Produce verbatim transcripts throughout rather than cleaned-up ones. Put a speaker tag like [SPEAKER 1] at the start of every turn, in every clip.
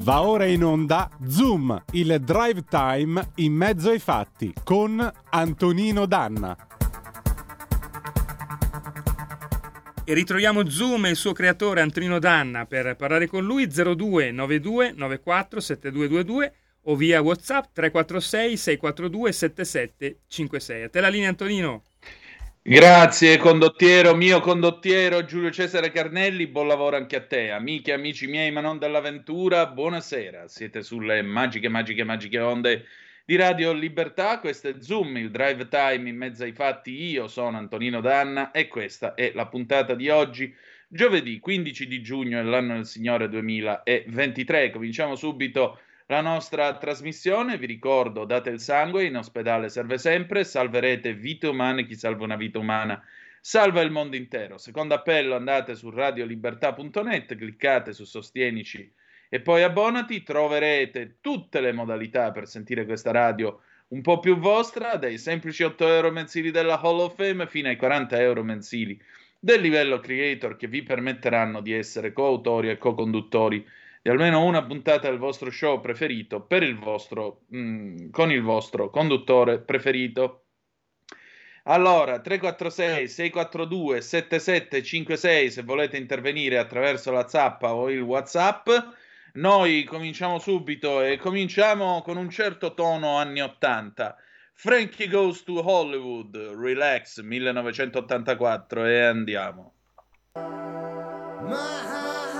[SPEAKER 1] Va ora in onda Zoom, il drive time in mezzo ai fatti con Antonino Danna.
[SPEAKER 2] E ritroviamo Zoom e il suo creatore Antonino Danna per parlare con lui. Zero due nove due nove quattro sette due due due o via WhatsApp tre quattro sei sei quattro due sette sette cinque sei. A te la linea, Antonino.
[SPEAKER 3] Grazie condottiero, mio condottiero Giulio Cesare Carnelli, buon lavoro anche a te. Amiche e amici miei, ma non dell'avventura, buonasera. Siete sulle magiche, magiche, magiche onde di Radio Libertà. Questo è Zoom, il drive time in mezzo ai fatti. Io sono Antonino Danna e questa è la puntata di oggi, giovedì quindici di giugno dell'anno del Signore duemilaventitré. Cominciamo subito la nostra trasmissione. Vi ricordo, date il sangue, in ospedale serve sempre, salverete vite umane, chi salva una vita umana salva il mondo intero. Secondo appello, andate su radiolibertà punto net, cliccate su Sostienici e poi abbonati, troverete tutte le modalità per sentire questa radio un po' più vostra, dai semplici otto euro mensili della Hall of Fame fino ai quaranta euro mensili del livello creator, che vi permetteranno di essere coautori e co-conduttori di almeno una puntata del vostro show preferito per il vostro, mh, con il vostro conduttore preferito. Allora, tre quattro sei sei quattro due sette sette cinque sei se volete intervenire attraverso la zappa o il WhatsApp. Noi cominciamo subito e cominciamo con un certo tono anni ottanta. Frankie Goes to Hollywood, Relax, millenovecentottantaquattro, e andiamo. Ma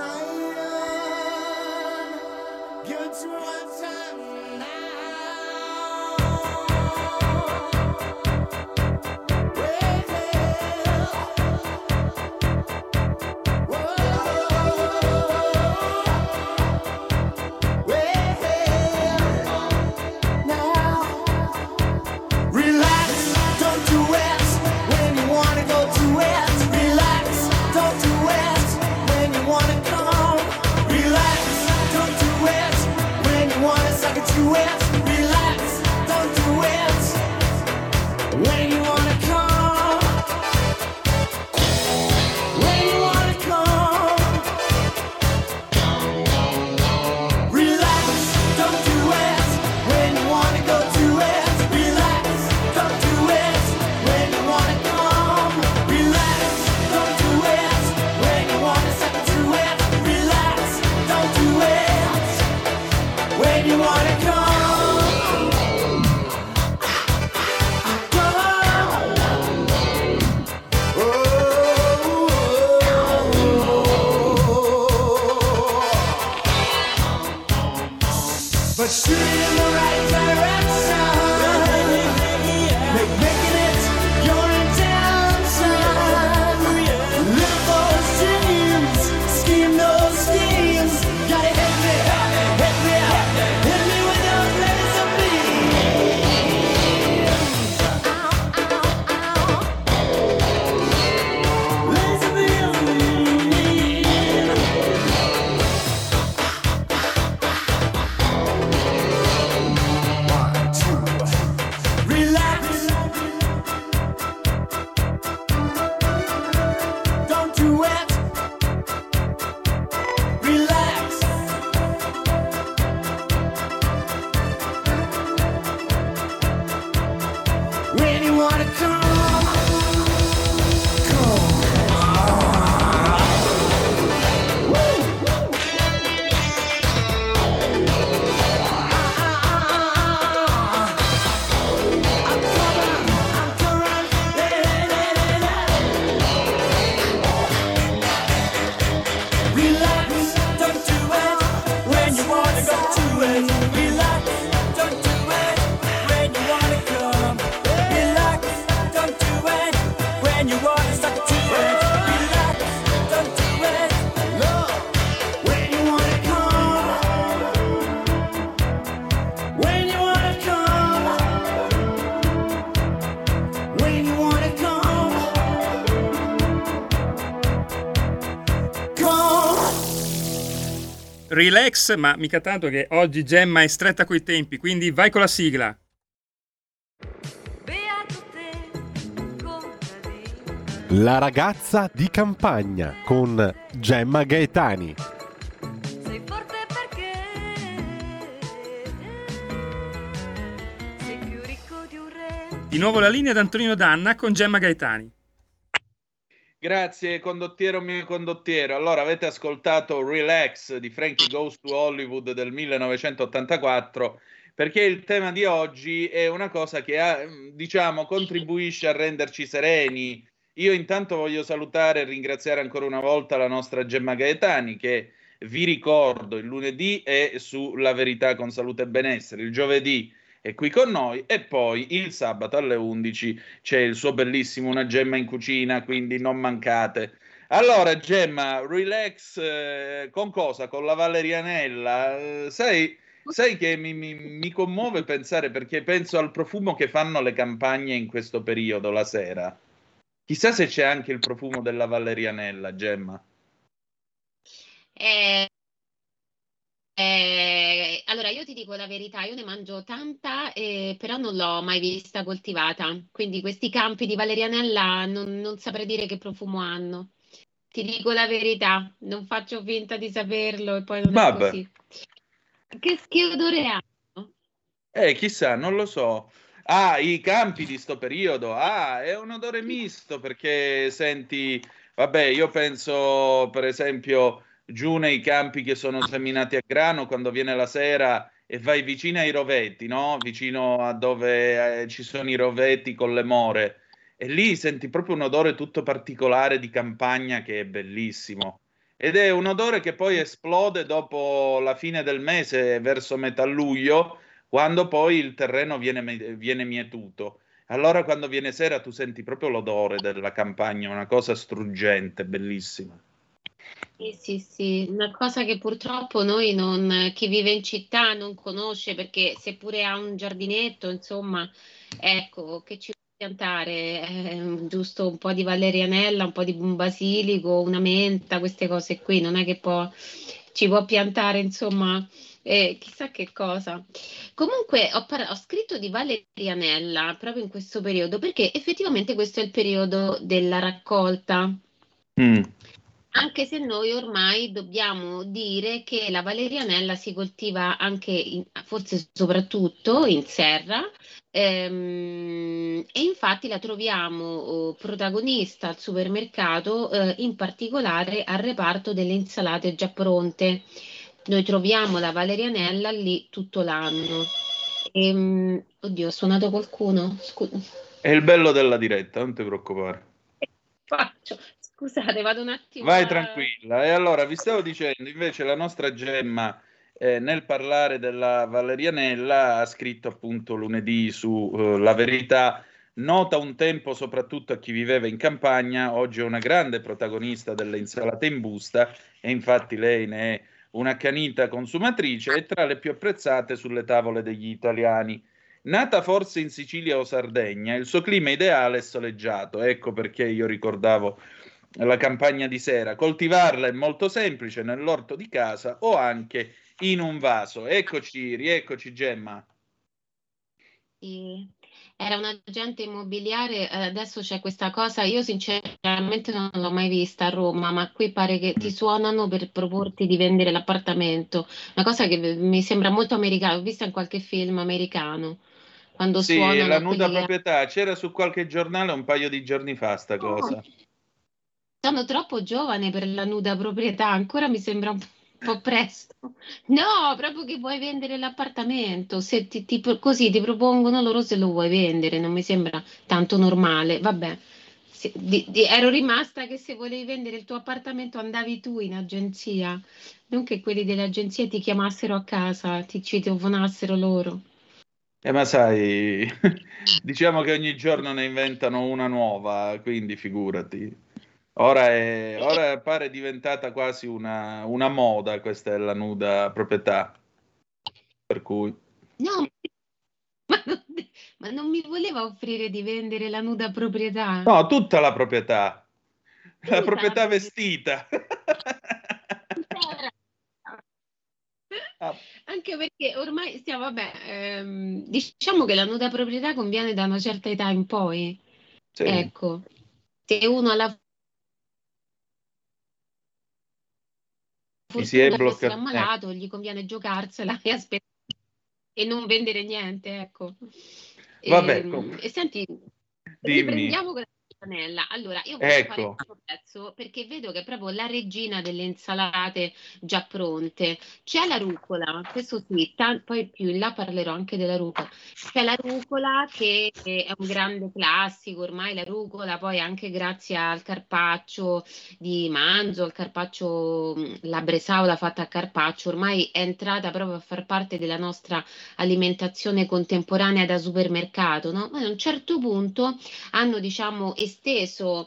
[SPEAKER 2] Relax, ma mica tanto, che oggi Gemma è stretta coi tempi, quindi vai con la sigla.
[SPEAKER 1] La ragazza di campagna con Gemma Gaetani.
[SPEAKER 4] Sei forte perché
[SPEAKER 2] Di nuovo la linea ad Antonino Danna con Gemma Gaetani.
[SPEAKER 3] Grazie condottiero mio condottiero. Allora, avete ascoltato Relax di Frankie Goes to Hollywood del millenovecentottantaquattro, perché il tema di oggi è una cosa che ha, diciamo, contribuisce a renderci sereni. Io intanto voglio salutare e ringraziare ancora una volta la nostra Gemma Gaetani, che vi ricordo il lunedì è su La Verità con Salute e Benessere, il giovedì è qui con noi e poi il sabato alle undici c'è il suo bellissimo Una Gemma in Cucina, quindi non mancate. Allora, Gemma, relax eh, con cosa? Con la valerianella? Eh, sai, sai che mi, mi- mi commuove pensare perché penso al profumo che fanno le campagne in questo periodo, la sera. Chissà se c'è anche il profumo della valerianella, Gemma.
[SPEAKER 4] Eh, eh, allora, io ti dico la verità, io ne mangio tanta, eh, però non l'ho mai vista coltivata. Quindi questi campi di valerianella non, non saprei dire che profumo hanno. Ti dico la verità, non faccio finta di saperlo e poi non è
[SPEAKER 3] Vabbè,
[SPEAKER 4] così. Che, che odore hanno?
[SPEAKER 3] eh, chissà, non lo so. Ah, i campi di sto periodo. Ah, è un odore misto perché senti, vabbè, io penso per esempio giù nei campi che sono seminati a grano quando viene la sera e vai vicino ai rovetti, no? Vicino a dove eh, ci sono i rovetti con le more. E lì senti proprio un odore tutto particolare di campagna che è bellissimo. Ed è un odore che poi esplode dopo la fine del mese, verso metà luglio quando poi il terreno viene, viene mietuto. Allora quando viene sera tu senti proprio l'odore della campagna, una cosa struggente, bellissima.
[SPEAKER 4] Sì, sì, sì, una cosa che purtroppo noi non, chi vive in città non conosce perché seppure ha un giardinetto, insomma, ecco, che ci può piantare? Eh, giusto un po' di valerianella, un po' di basilico, una menta, queste cose qui, non è che può, ci può piantare, insomma, eh, chissà che cosa. Comunque ho, par- ho scritto di valerianella proprio in questo periodo perché effettivamente questo è il periodo della raccolta.
[SPEAKER 3] Mm.
[SPEAKER 4] Anche se noi ormai dobbiamo dire che la valerianella si coltiva anche, in- forse soprattutto in serra, ehm, e infatti la troviamo oh, protagonista al supermercato, eh, in particolare al reparto delle insalate già pronte. Noi troviamo la valerianella lì tutto l'anno. Ehm, oddio, ha suonato qualcuno? Scu-
[SPEAKER 3] È il bello della diretta, non ti preoccupare.
[SPEAKER 4] Faccio. Scusate, vado un attimo
[SPEAKER 3] Vai
[SPEAKER 4] a...
[SPEAKER 3] tranquilla. E allora vi stavo dicendo, invece la nostra Gemma, eh, nel parlare della Valerianella, ha scritto appunto lunedì su eh, La Verità, nota un tempo soprattutto a chi viveva in campagna, oggi è una grande protagonista delle insalate in busta e infatti lei ne è un'accanita consumatrice e tra le più apprezzate sulle tavole degli italiani. Nata forse in Sicilia o Sardegna, il suo clima ideale è soleggiato, ecco perché io ricordavo la campagna di sera. Coltivarla è molto semplice nell'orto di casa o anche in un vaso. Eccoci, rieccoci Gemma.
[SPEAKER 4] Sì, era un agente immobiliare, eh, adesso c'è questa cosa, io sinceramente non l'ho mai vista a Roma, ma qui pare che ti suonano per proporti di vendere l'appartamento, una cosa che mi sembra molto americana, l'ho vista in qualche film americano, quando
[SPEAKER 3] Sì,
[SPEAKER 4] suonano
[SPEAKER 3] la
[SPEAKER 4] a
[SPEAKER 3] nuda
[SPEAKER 4] quelli che
[SPEAKER 3] proprietà c'era su qualche giornale un paio di giorni fa sta
[SPEAKER 4] no,
[SPEAKER 3] cosa.
[SPEAKER 4] sono troppo giovane per la nuda proprietà, ancora mi sembra un po' presto. No, proprio che vuoi vendere l'appartamento, se ti, ti pro- così ti propongono loro se lo vuoi vendere, non mi sembra tanto normale. Vabbè, se- di- di- ero rimasta che se volevi vendere il tuo appartamento andavi tu in agenzia, non che quelli dell'agenzia ti chiamassero a casa, ti citofonassero loro.
[SPEAKER 3] Eh, ma sai, diciamo che ogni giorno ne inventano una nuova, quindi figurati. Ora, è, ora pare diventata quasi una, una moda, questa è la nuda proprietà, per cui...
[SPEAKER 4] No, ma non, ma non mi voleva offrire di vendere la nuda proprietà.
[SPEAKER 3] No, tutta la proprietà, la
[SPEAKER 4] Tutta la
[SPEAKER 3] proprietà
[SPEAKER 4] proprietà.
[SPEAKER 3] vestita. Ah,
[SPEAKER 4] Anche perché ormai stiamo, vabbè, ehm, diciamo che la nuda proprietà conviene da una certa età in poi.
[SPEAKER 3] sì,
[SPEAKER 4] Ecco, se uno ha la
[SPEAKER 3] mi si è
[SPEAKER 4] fortuna di essere
[SPEAKER 3] bloccato. Eh,
[SPEAKER 4] ammalato, gli conviene giocarsela e aspettare e non vendere niente, ecco.
[SPEAKER 3] Vabbè,
[SPEAKER 4] E,
[SPEAKER 3] com-
[SPEAKER 4] e senti,
[SPEAKER 3] dimmi.
[SPEAKER 4] riprendiamo con la Antonella. Allora, io voglio fare
[SPEAKER 3] Ecco.
[SPEAKER 4] questo pezzo perché vedo che è proprio la regina delle insalate già pronte. C'è la rucola, questo sì, ta- poi più in là parlerò anche della rucola. C'è la rucola che è un grande classico, ormai la rucola, poi anche grazie al carpaccio di manzo, il carpaccio, mh, la bresaola fatta a carpaccio, ormai è entrata proprio a far parte della nostra alimentazione contemporanea da supermercato, no? Ma a un certo punto hanno, diciamo, esteso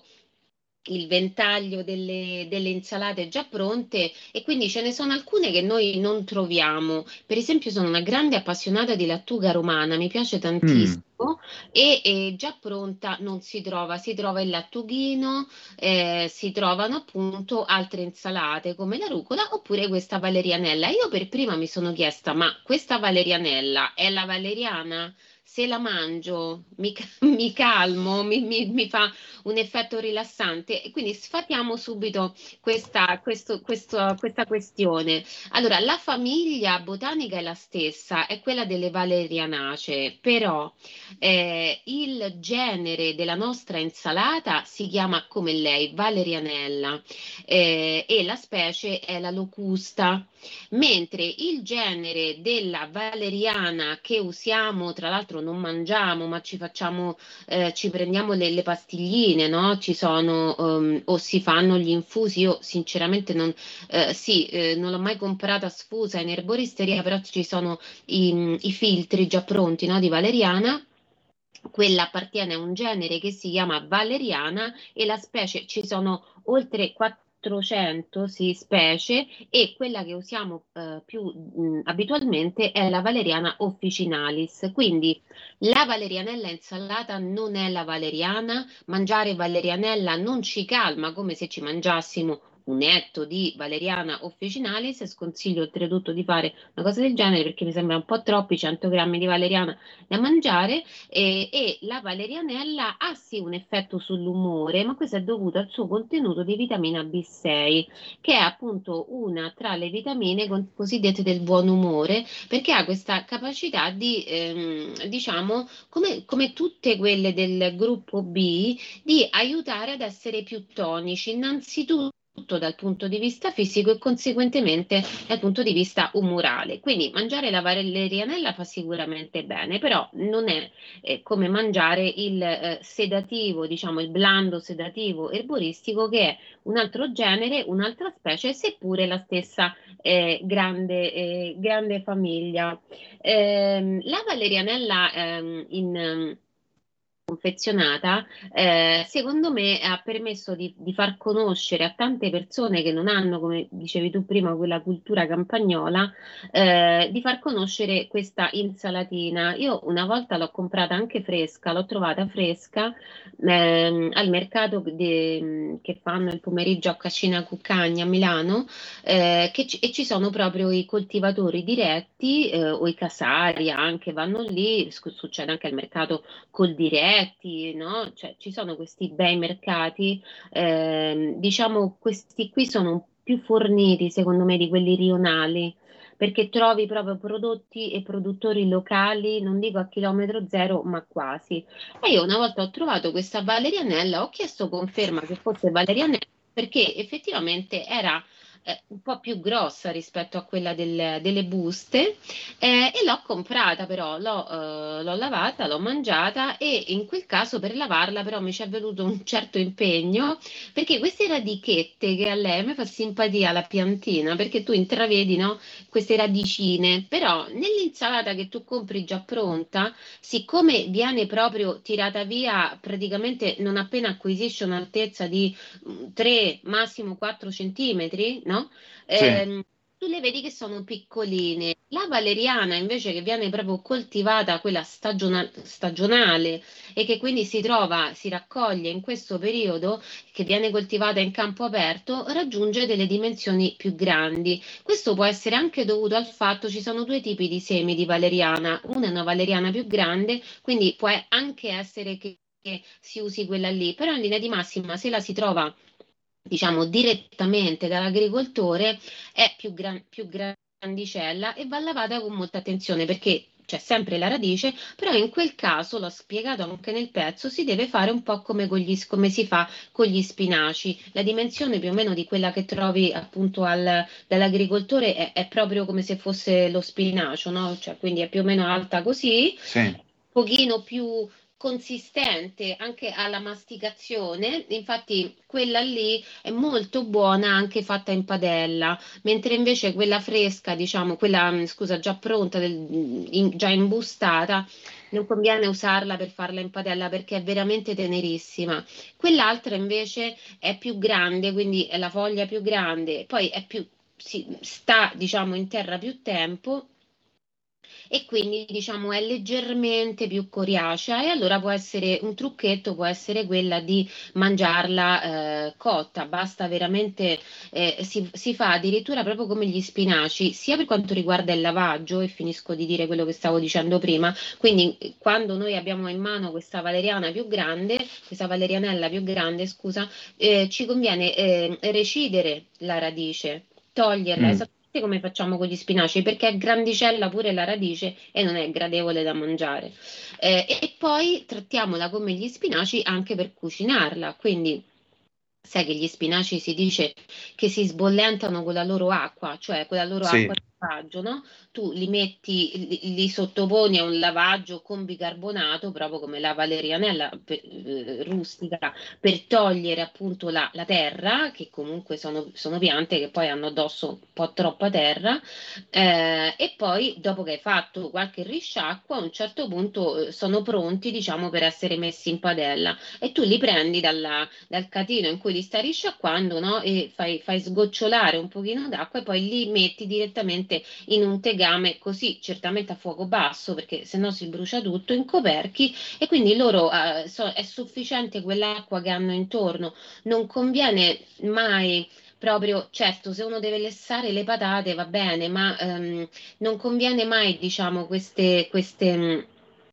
[SPEAKER 4] il ventaglio delle, delle insalate già pronte e quindi ce ne sono alcune che noi non troviamo. Per esempio, sono una grande appassionata di lattuga romana, mi piace
[SPEAKER 3] Mm.
[SPEAKER 4] tantissimo e, e già pronta non si trova, si trova il lattughino, eh, si trovano appunto altre insalate come la rucola oppure questa valerianella. Io per prima mi sono chiesta, ma questa valerianella è la valeriana? Se la mangio mi, mi calmo, mi, mi- mi fa un effetto rilassante e quindi sfatiamo subito questa, questo- questo- questa questione. Allora, la famiglia botanica è la stessa, è quella delle valerianacee, però eh, il genere della nostra insalata si chiama come lei, valerianella, eh, e la specie è la locusta, mentre il genere della valeriana che usiamo, tra l'altro non mangiamo, ma ci facciamo, eh, ci prendiamo le, le pastigline, no? Ci sono, ehm, o si fanno gli infusi. Io sinceramente non, eh, sì, eh, non l'ho mai comprata sfusa in erboristeria, però ci sono i, i filtri già pronti, no? Di valeriana. Quella appartiene a un genere che si chiama valeriana e la specie, ci sono oltre quattrocento sì, specie e quella che usiamo eh, più mh, abitualmente è la valeriana officinalis. Quindi la valerianella insalata non è la valeriana, mangiare valerianella non ci calma come se ci mangiassimo un etto di valeriana officinalis. Sconsiglio oltretutto di fare una cosa del genere perché mi sembra un po' troppi cento grammi di valeriana da mangiare e, e la valerianella ha sì un effetto sull'umore, ma questo è dovuto al suo contenuto di vitamina B sei, che è appunto una tra le vitamine con- cosiddette del buon umore, perché ha questa capacità di, ehm, diciamo, come, come tutte quelle del gruppo B, di aiutare ad essere più tonici, innanzitutto dal punto di vista fisico e conseguentemente dal punto di vista umorale. Quindi mangiare la valerianella fa sicuramente bene, però non è eh, come mangiare il eh, sedativo, diciamo il blando sedativo erboristico, che è un altro genere, un'altra specie, seppure la stessa eh, grande, eh, grande famiglia. Ehm, la valerianella ehm, in confezionata, eh, secondo me ha permesso di, di far conoscere a tante persone che non hanno, come dicevi tu prima, quella cultura campagnola, eh, di far conoscere questa insalatina. Io una volta l'ho comprata anche fresca, l'ho trovata fresca ehm, al mercato de- che fanno il pomeriggio a Cascina Cuccagna a Milano, eh, che ci- e ci sono proprio i coltivatori diretti eh, o i casari anche vanno lì, Scu- succede anche al mercato Coldiretti, no? Cioè, ci sono questi bei mercati, ehm, diciamo, questi qui sono più forniti, secondo me, di quelli rionali, perché trovi proprio prodotti e produttori locali, non dico a chilometro zero, ma quasi. E io una volta ho trovato questa valerianella, ho chiesto conferma che fosse valerianella, perché effettivamente era eh, un po' più grossa rispetto a quella del- delle buste eh, e l'ho comprata però, l'ho eh, l'ho lavata, l'ho mangiata e in quel caso per lavarla però mi ci è venuto un certo impegno perché queste radichette che a lei mi fa simpatia la piantina perché tu intravedi no, queste radicine, però nell'insalata che tu compri già pronta, siccome viene proprio tirata via praticamente non appena acquisisce un'altezza di tre, massimo quattro centimetri, no?
[SPEAKER 3] Sì.
[SPEAKER 4] Ehm, tu le vedi che sono piccoline. La valeriana invece che viene proprio coltivata, quella stagiona- stagionale e che quindi si trova, si raccoglie in questo periodo, che viene coltivata in campo aperto, raggiunge delle dimensioni più grandi. Questo può essere anche dovuto al fatto ci sono due tipi di semi di valeriana. Una è una valeriana più grande, quindi può anche essere che che si usi quella lì, però in linea di massima se la si trova diciamo direttamente dall'agricoltore è più, gran- più grandicella e va lavata con molta attenzione perché c'è sempre la radice, però in quel caso, l'ho spiegato anche nel pezzo, si deve fare un po' come, con gli, come si fa con gli spinaci. La dimensione più o meno di quella che trovi appunto al, dall'agricoltore è, è proprio come se fosse lo spinacio, no? Cioè, quindi è più o meno alta così,
[SPEAKER 3] Sì.
[SPEAKER 4] pochino più consistente anche alla masticazione, infatti quella lì è molto buona anche fatta in padella, mentre invece quella fresca, diciamo, quella, mh, scusa, già pronta, del- in- già imbustata, non conviene usarla per farla in padella perché è veramente tenerissima. Quell'altra invece è più grande, quindi è la foglia più grande, poi è più, si, sta, diciamo, in terra più tempo e quindi diciamo è leggermente più coriacea e allora può essere un trucchetto, può essere quella di mangiarla eh, cotta, basta veramente, eh, si, si fa addirittura proprio come gli spinaci, sia per quanto riguarda il lavaggio, e finisco di dire quello che stavo dicendo prima, quindi eh, quando noi abbiamo in mano questa valeriana più grande, questa valerianella più grande, scusa, eh, ci conviene eh, recidere la radice, toglierla,
[SPEAKER 3] Mm.
[SPEAKER 4] esattamente come facciamo con gli spinaci, perché è grandicella pure la radice e non è gradevole da mangiare. Eh, e poi trattiamola come gli spinaci anche per cucinarla, quindi sai che gli spinaci si dice che si sbollentano con la loro acqua, cioè con la loro
[SPEAKER 3] Sì.
[SPEAKER 4] acqua di lavaggio, no? Tu li metti, li, li sottoponi a un lavaggio con bicarbonato, proprio come la valerianella per- eh, rustica, per togliere appunto la, la terra, che comunque sono, sono piante che poi hanno addosso un po' troppa terra, eh, e poi dopo che hai fatto qualche risciacquo, a un certo punto eh, sono pronti, diciamo, per essere messi in padella e tu li prendi dalla dal catino in cui li stai risciacquando, no? E fai, fai sgocciolare un pochino d'acqua e poi li metti direttamente in un tegame, così certamente a fuoco basso, perché sennò si brucia tutto, in coperchi e quindi loro eh, so- è sufficiente quell'acqua che hanno intorno. Non conviene mai proprio, certo, se uno deve lessare le patate va bene, ma ehm, non conviene mai, diciamo, queste, queste mh,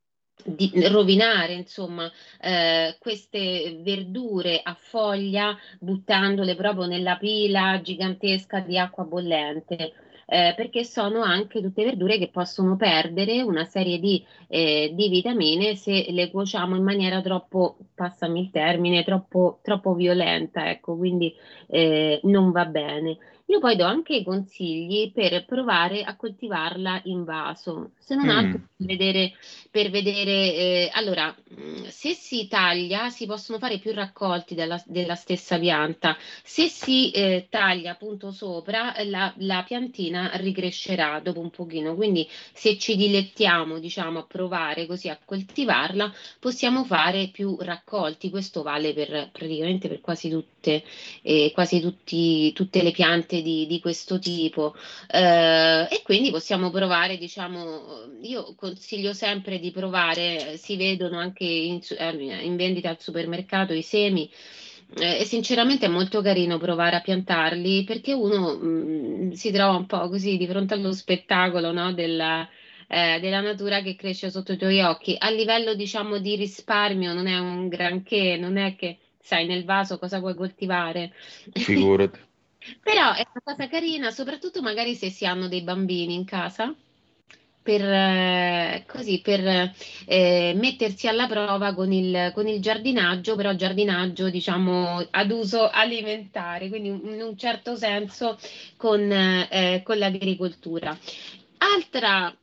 [SPEAKER 4] di rovinare, insomma, eh, queste verdure a foglia buttandole proprio nella pila gigantesca di acqua bollente. Eh, perché sono anche tutte verdure che possono perdere una serie di, eh, di vitamine se le cuociamo in maniera troppo, passami il termine, troppo, troppo violenta, ecco, quindi eh, non va bene. Io poi do anche i consigli per provare a coltivarla in vaso, se non altro
[SPEAKER 3] Mm.
[SPEAKER 4] per vedere per vedere, eh, allora, mh, se si taglia si possono fare più raccolti della, della stessa pianta, se si eh, taglia appunto sopra, eh, la, la piantina ricrescerà dopo un pochino, quindi se ci dilettiamo, diciamo, a provare così a coltivarla, possiamo fare più raccolti, questo vale per praticamente per quasi tutte, eh, quasi tutti, tutte le piante di, di questo tipo. Eh, e quindi possiamo provare, diciamo, io consiglio sempre di provare, si vedono anche in, su- eh, in vendita al supermercato i semi, eh, e sinceramente è molto carino provare a piantarli perché uno mh, si trova un po' così di fronte allo spettacolo, no, della, eh, della natura che cresce sotto i tuoi occhi. A livello, diciamo, di risparmio non è un granché, non è che sai nel vaso cosa vuoi coltivare.
[SPEAKER 3] Figurati.
[SPEAKER 4] Però è una cosa carina, soprattutto magari se si hanno dei bambini in casa, per, eh, così, per eh, mettersi alla prova con il, con il giardinaggio, però giardinaggio diciamo ad uso alimentare, quindi in un certo senso con, eh, con l'agricoltura. Altra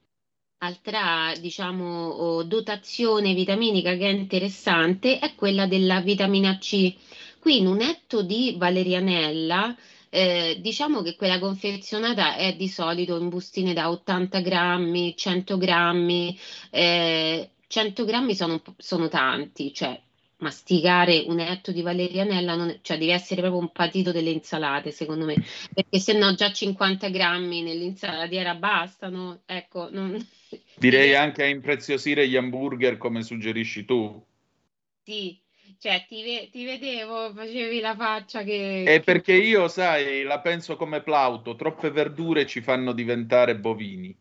[SPEAKER 4] Altra, diciamo, oh, dotazione vitaminica che è interessante è quella della vitamina C. Qui in un etto di valerianella, eh, diciamo che quella confezionata è di solito in bustine da ottanta grammi, cento grammi, eh, cento grammi sono, sono tanti, cioè masticare un etto di valerianella, non è- cioè deve essere proprio un patito delle insalate, secondo me, perché se no già cinquanta grammi nell'insalatiera bastano, ecco, non...
[SPEAKER 3] Direi
[SPEAKER 4] Ti
[SPEAKER 3] anche a impreziosire gli hamburger come suggerisci tu.
[SPEAKER 4] vedi, cioè ti, ve- ti vedevo, facevi la faccia che,
[SPEAKER 3] È
[SPEAKER 4] che...
[SPEAKER 3] perché io, sai, la penso come Plauto, troppe verdure ci fanno diventare bovini.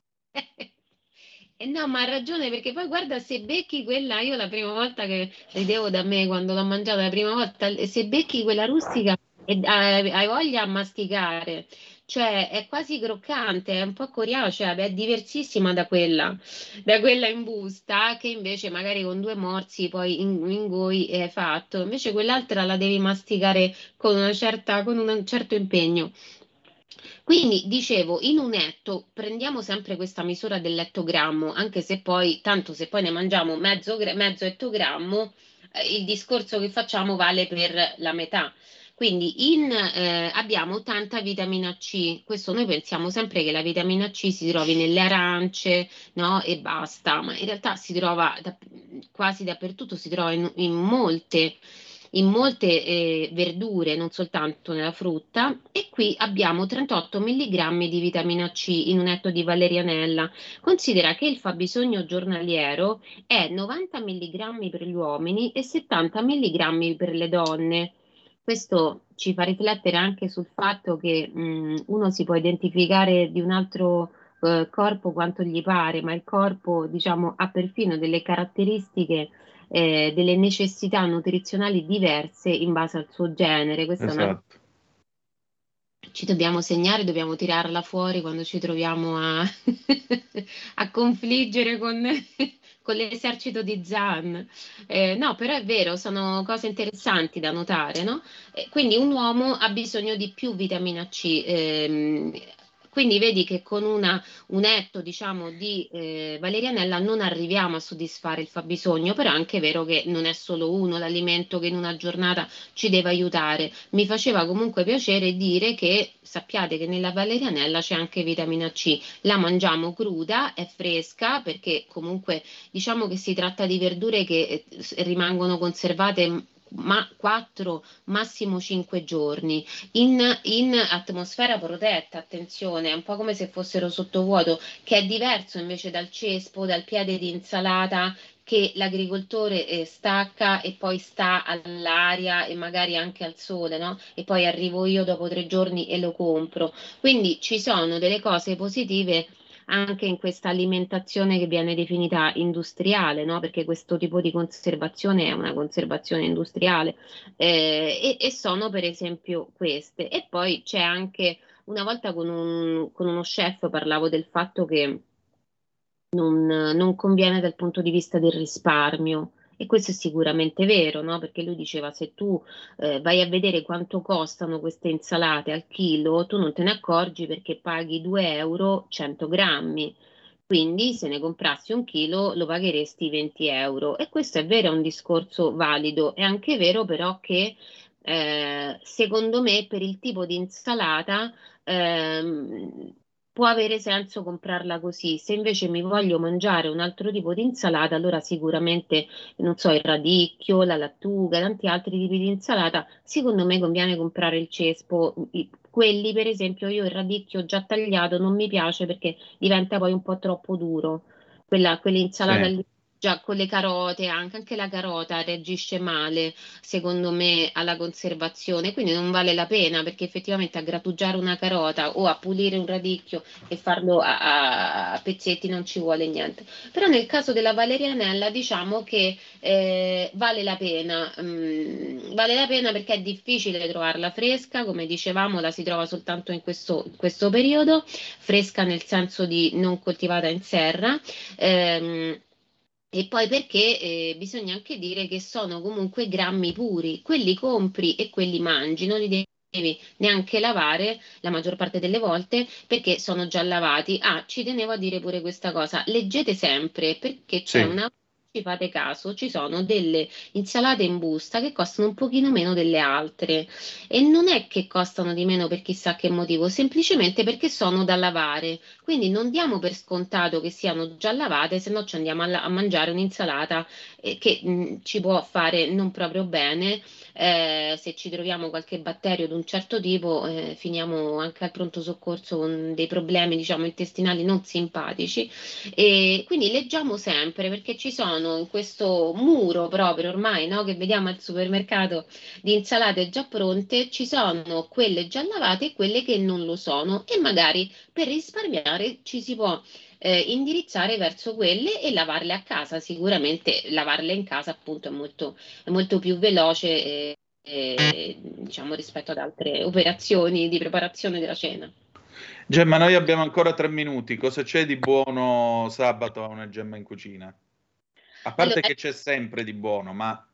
[SPEAKER 4] Eh no, ma ha ragione perché poi guarda se becchi quella, io la prima volta che ridevo da me quando l'ho mangiata la prima volta, se becchi quella rustica e hai, hai voglia a masticare, cioè è quasi croccante, è un po' coriacea, cioè, è diversissima da quella, da quella in busta, che invece magari con due morsi poi in- ingoi e hai fatto, invece quell'altra la devi masticare con una certa, con un certo impegno. Quindi dicevo, in un etto prendiamo sempre questa misura dell'ettogrammo, anche se poi, tanto se poi ne mangiamo mezzo, gra- mezzo ettogrammo, eh, il discorso che facciamo vale per la metà. Quindi in, eh, abbiamo tanta vitamina C, questo noi pensiamo sempre che la vitamina C si trovi nelle arance, no? E basta, ma in realtà si trova da- quasi dappertutto, si trova in, in molte, in molte eh, verdure, non soltanto nella frutta, e qui abbiamo trentotto milligrammi di vitamina C in un etto di valerianella. Considera che il fabbisogno giornaliero è novanta milligrammi per gli uomini e settanta milligrammi per le donne. Questo ci fa riflettere anche sul fatto che mh, uno si può identificare di un altro eh, corpo quanto gli pare, ma il corpo, diciamo, ha perfino delle caratteristiche, eh, delle necessità nutrizionali diverse in base al suo genere. Questa è una cosa
[SPEAKER 3] Esatto.
[SPEAKER 4] che ci dobbiamo segnare, dobbiamo tirarla fuori quando ci troviamo a, a confliggere con, con l'esercito di Zan. Eh, no, però è vero, sono cose interessanti da notare, no? Eh, quindi un uomo ha bisogno di più vitamina C. ehm, quindi vedi che con una, un etto, diciamo, di eh, valerianella non arriviamo a soddisfare il fabbisogno, però è anche vero che non è solo uno l'alimento che in una giornata ci deve aiutare. Mi faceva comunque piacere dire che sappiate che nella valerianella c'è anche vitamina C. La mangiamo cruda, è fresca, perché comunque diciamo che si tratta di verdure che eh, rimangono conservate ma quattro, massimo cinque giorni in, in atmosfera protetta, attenzione, è un po' come se fossero sottovuoto, che è diverso invece dal cespo, dal piede di insalata che l'agricoltore eh, stacca e poi sta all'aria e magari anche al sole, no? E poi arrivo io dopo tre giorni e lo compro. Quindi ci sono delle cose positive anche in questa alimentazione che viene definita industriale, no? Perché questo tipo di conservazione è una conservazione industriale, eh, e, e sono per esempio queste. E poi c'è anche, una volta con, un- con uno chef parlavo del fatto che non, non conviene dal punto di vista del risparmio. E questo è sicuramente vero, no? Perché lui diceva: se tu eh, vai a vedere quanto costano queste insalate al chilo, tu non te ne accorgi perché paghi due euro cento grammi. Quindi se ne comprassi un chilo lo pagheresti venti euro. E questo è vero, è un discorso valido. È anche vero però che eh, secondo me per il tipo di insalata ehm, può avere senso comprarla così. Se invece mi voglio mangiare un altro tipo di insalata, allora sicuramente, non so, il radicchio, la lattuga, tanti altri tipi di insalata, secondo me conviene comprare il cespo. I- Quelli, per esempio, io il radicchio già tagliato non mi piace perché diventa poi un po' troppo duro. Quella, quell'insalata
[SPEAKER 3] Sì.
[SPEAKER 4] lì, già con le carote, anche, anche la carota reagisce male, secondo me, alla conservazione, quindi non vale la pena perché effettivamente a grattugiare una carota o a pulire un radicchio e farlo a, a- a pezzetti non ci vuole niente. Però nel caso della valerianella diciamo che eh, vale la pena, mm, vale la pena perché è difficile trovarla fresca, come dicevamo, la si trova soltanto in questo, in questo periodo, fresca nel senso di non coltivata in serra. ehm, e poi perché eh, bisogna anche dire che sono comunque grammi puri, quelli compri e quelli mangi, non li devi neanche lavare la maggior parte delle volte perché sono già lavati. Ah, ci tenevo a dire pure questa cosa, leggete sempre perché c'è
[SPEAKER 3] Sì.
[SPEAKER 4] una... Ci fate caso, ci sono delle insalate in busta che costano un pochino meno delle altre e non è che costano di meno per chissà che motivo, semplicemente perché sono da lavare. Quindi non diamo per scontato che siano già lavate, se no ci andiamo a, la- a mangiare un'insalata eh, che mh, ci può fare non proprio bene. Eh, se ci troviamo qualche batterio di un certo tipo, eh, finiamo anche al pronto soccorso con dei problemi, diciamo, intestinali non simpatici. E quindi leggiamo sempre perché ci sono in questo muro proprio ormai, no, che vediamo al supermercato di insalate già pronte, ci sono quelle già lavate e quelle che non lo sono e magari per risparmiare ci si può eh, indirizzare verso quelle e lavarle a casa. Sicuramente lavarle in casa appunto è molto, è molto più veloce. eh, eh, diciamo rispetto ad altre operazioni di preparazione della cena.
[SPEAKER 3] Gemma, noi abbiamo ancora tre minuti. Cosa c'è di buono sabato a una Gemma in cucina? A parte
[SPEAKER 4] Allora,
[SPEAKER 3] che c'è sempre di buono, ma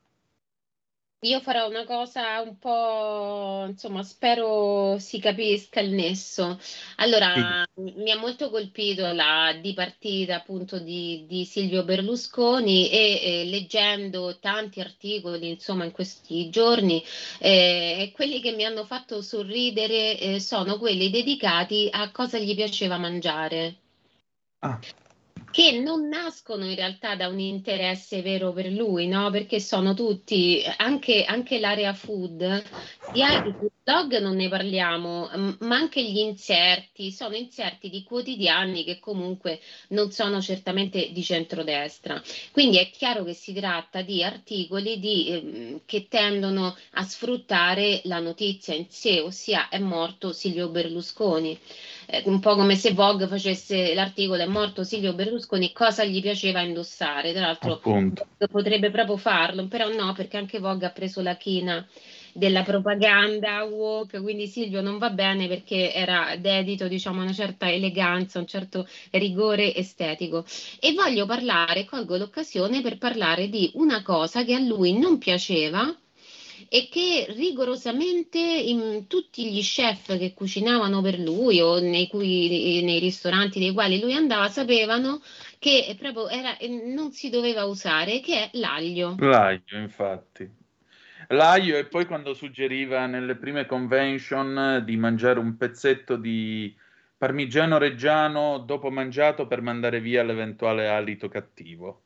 [SPEAKER 4] io farò una cosa un po', insomma, spero si capisca il nesso. Allora, mi ha molto colpito la dipartita appunto di, di Silvio Berlusconi e eh, leggendo tanti articoli, insomma, in questi giorni, eh, quelli che mi hanno fatto sorridere eh, sono quelli dedicati a cosa gli piaceva mangiare.
[SPEAKER 3] ah,
[SPEAKER 4] Che non nascono in realtà da un interesse vero per lui, no? Perché sono tutti, anche, anche l'area food, sia i food blog non ne parliamo, m- ma anche gli inserti, sono inserti di quotidiani che comunque non sono certamente di centrodestra. Quindi è chiaro che si tratta di articoli di, ehm, che tendono a sfruttare la notizia in sé, ossia è morto Silvio Berlusconi. Eh, un po' come se Vogue facesse l'articolo è morto Silvio Berlusconi, cosa gli piaceva indossare. Tra l'altro
[SPEAKER 3] appunto.
[SPEAKER 4] Vogue potrebbe proprio farlo, però no, perché anche Vogue ha preso la china della propaganda woke, quindi Silvio non va bene perché era dedito, diciamo, a una certa eleganza, un certo rigore estetico. E voglio parlare, colgo l'occasione per parlare di una cosa che a lui non piaceva e che rigorosamente in tutti gli chef che cucinavano per lui o nei, cui, nei ristoranti dei quali lui andava sapevano che proprio era, non si doveva usare, che è l'aglio.
[SPEAKER 3] L'aglio, infatti. L'aglio, e poi quando suggeriva nelle prime convention di mangiare un pezzetto di parmigiano reggiano dopo mangiato per mandare via l'eventuale alito cattivo.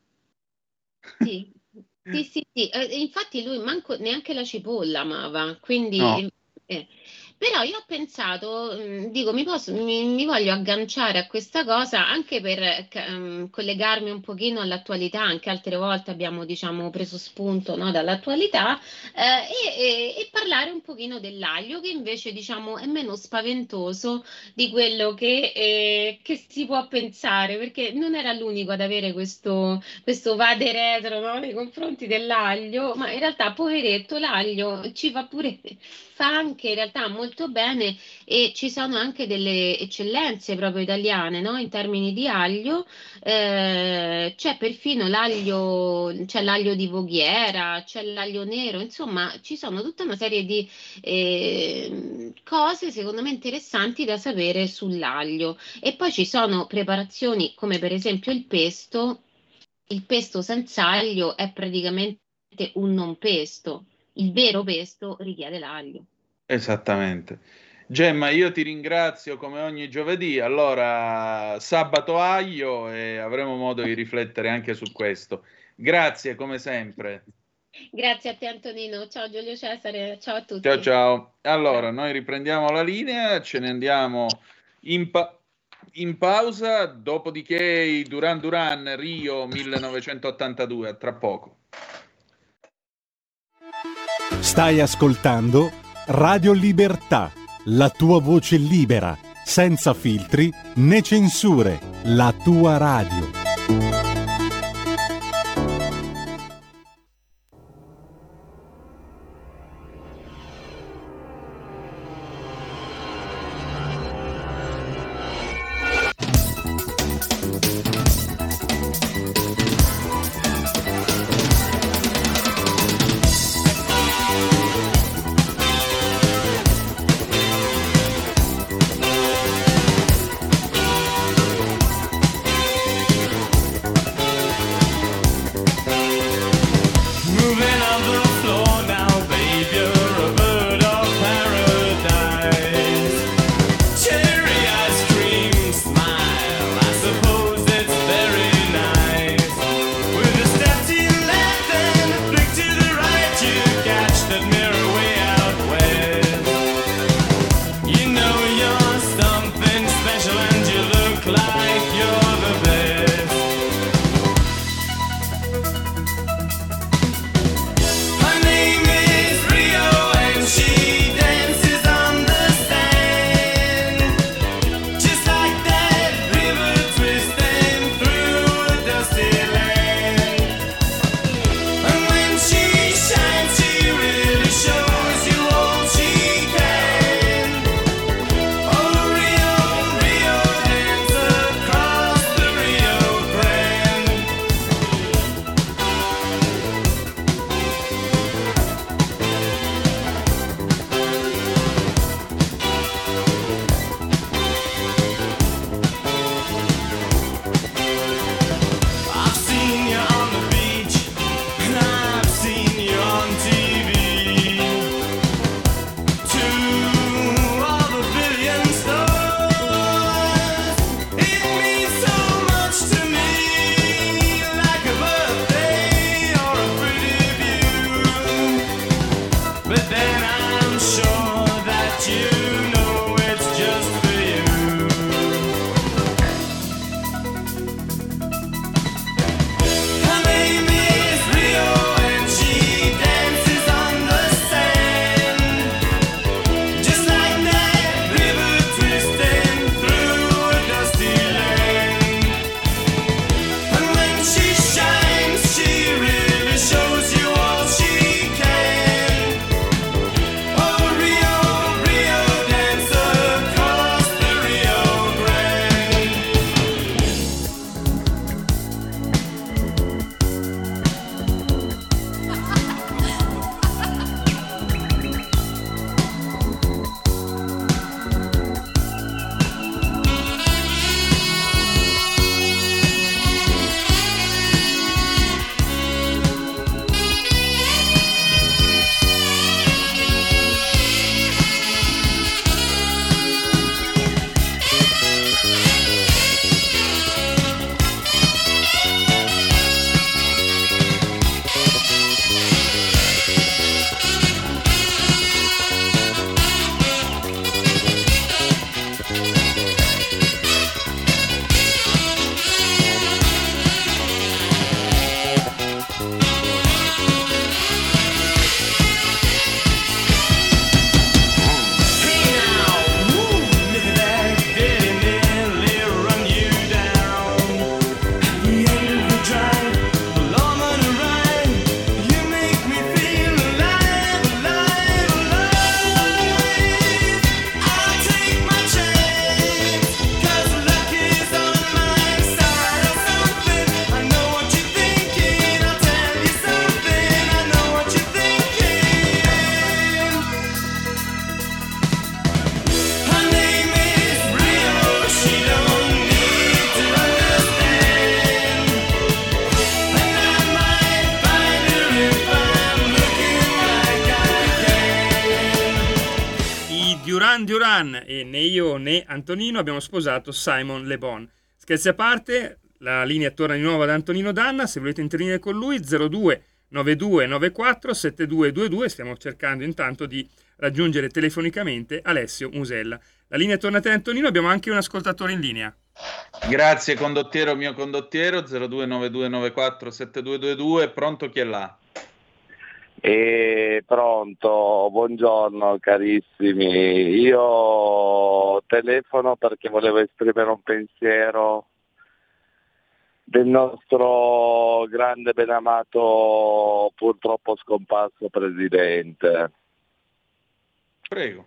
[SPEAKER 4] Sì, sì, sì, sì. Eh, infatti lui manco neanche la cipolla amava, quindi
[SPEAKER 3] No.
[SPEAKER 4] eh, però io ho pensato, mh, dico, mi posso, mi, mi voglio agganciare a questa cosa anche per eh, ca- mh, collegarmi un pochino all'attualità, anche altre volte abbiamo, diciamo, preso spunto, no, dall'attualità, eh, e, e- e parlare un pochino dell'aglio, che invece, diciamo, è meno spaventoso di quello che, eh, che si può pensare, perché non era l'unico ad avere questo questo vade retro, no, nei confronti dell'aglio, ma in realtà, poveretto, l'aglio ci fa pure, fa anche in realtà molto bene e ci sono anche delle eccellenze proprio italiane, no, in termini di aglio. Eh, c'è perfino l'aglio, c'è l'aglio di Voghiera, c'è l'aglio nero, insomma, ci sono tutta una serie di eh, cose secondo me interessanti da sapere sull'aglio. E poi ci sono preparazioni come per esempio il pesto. Il pesto senza aglio è praticamente un non pesto. Il vero pesto richiede l'aglio.
[SPEAKER 3] Esattamente. Gemma, io ti ringrazio come ogni giovedì. Allora, sabato aglio e avremo modo di riflettere anche su questo. Grazie come sempre.
[SPEAKER 4] Grazie a te Antonino, ciao Giulio Cesare, ciao a tutti.
[SPEAKER 3] Ciao ciao. Allora,
[SPEAKER 4] Ciao.
[SPEAKER 3] noi riprendiamo la linea, ce ne andiamo in, pa- in pausa, dopodiché i Duran Duran Rio millenovecentottantadue, a tra poco.
[SPEAKER 1] Stai ascoltando Radio Libertà, la tua voce libera, senza filtri né censure, la tua radio.
[SPEAKER 2] Duran Duran e né io né Antonino abbiamo sposato Simon Le Bon. Scherzi a parte, la linea torna di nuovo ad Antonino Danna, se volete intervenire con lui zero due nove due nove quattro sette due due due, stiamo cercando intanto di raggiungere telefonicamente Alessio Musella. La linea torna a te Antonino, abbiamo anche un ascoltatore in linea.
[SPEAKER 3] Grazie condottiero, mio condottiero, zero due nove due nove quattro sette due due due, pronto, chi è là?
[SPEAKER 5] E pronto, buongiorno carissimi, io telefono perché volevo esprimere un pensiero del nostro grande benamato purtroppo scomparso presidente.
[SPEAKER 3] Prego.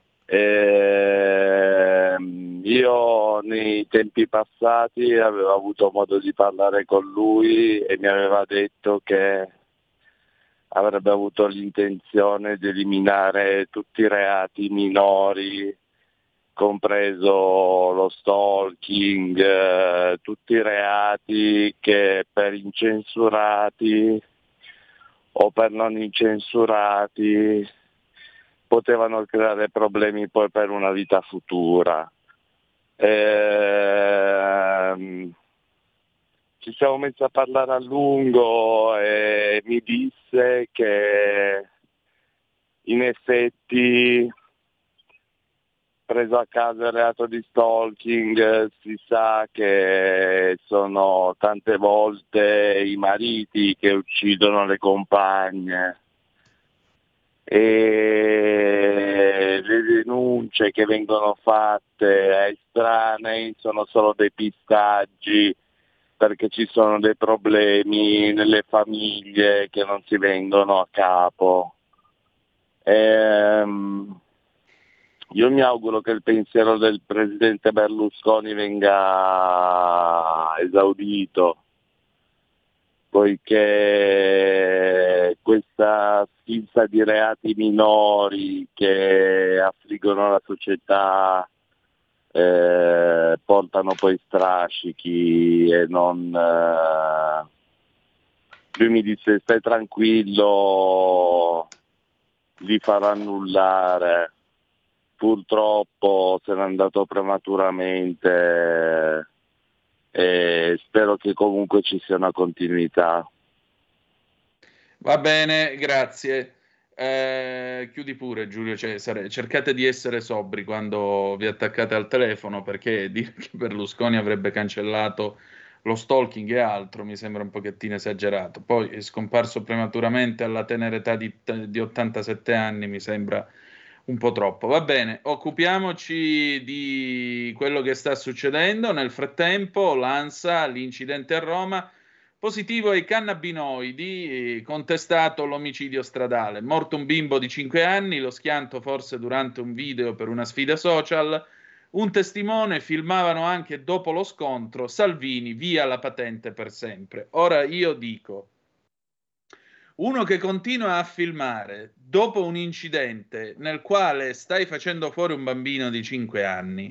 [SPEAKER 5] Eh, io nei tempi passati avevo avuto modo di parlare con lui e mi aveva detto che avrebbe avuto l'intenzione di eliminare tutti i reati minori, compreso lo stalking, eh, tutti i reati che per incensurati o per non incensurati potevano creare problemi poi per una vita futura. Ehm, ci siamo messi a parlare a lungo e mi disse che in effetti, preso a caso il reato di stalking, si sa che sono tante volte i mariti che uccidono le compagne e le denunce che vengono fatte ai estranei sono solo depistaggi perché ci sono dei problemi nelle famiglie che non si vengono a capo. Ehm, io mi auguro che il pensiero del presidente Berlusconi venga esaudito, poiché questa sfilza di reati minori che affliggono la società eh, portano poi strascichi e non... Eh, lui mi disse stai tranquillo, li farà annullare. Purtroppo se n'è andato prematuramente e spero che comunque ci sia una continuità.
[SPEAKER 3] Va bene, grazie. Eh, chiudi pure Giulio Cesare, cercate di essere sobri quando vi attaccate al telefono, perché dire che Berlusconi avrebbe cancellato lo stalking e altro mi sembra un pochettino esagerato. Poi è scomparso prematuramente alla tenera età di, di ottantasette anni, mi sembra un po' troppo. Va bene, occupiamoci di quello che sta succedendo. Nel frattempo, l'ANSA, l'incidente a Roma, positivo ai cannabinoidi, contestato l'omicidio stradale. Morto un bimbo di cinque anni, lo schianto forse durante un video per una sfida social. Un testimone, filmavano anche dopo lo scontro, Salvini via la patente per sempre. Ora io dico, uno che continua a filmare dopo un incidente nel quale stai facendo fuori un bambino di cinque anni,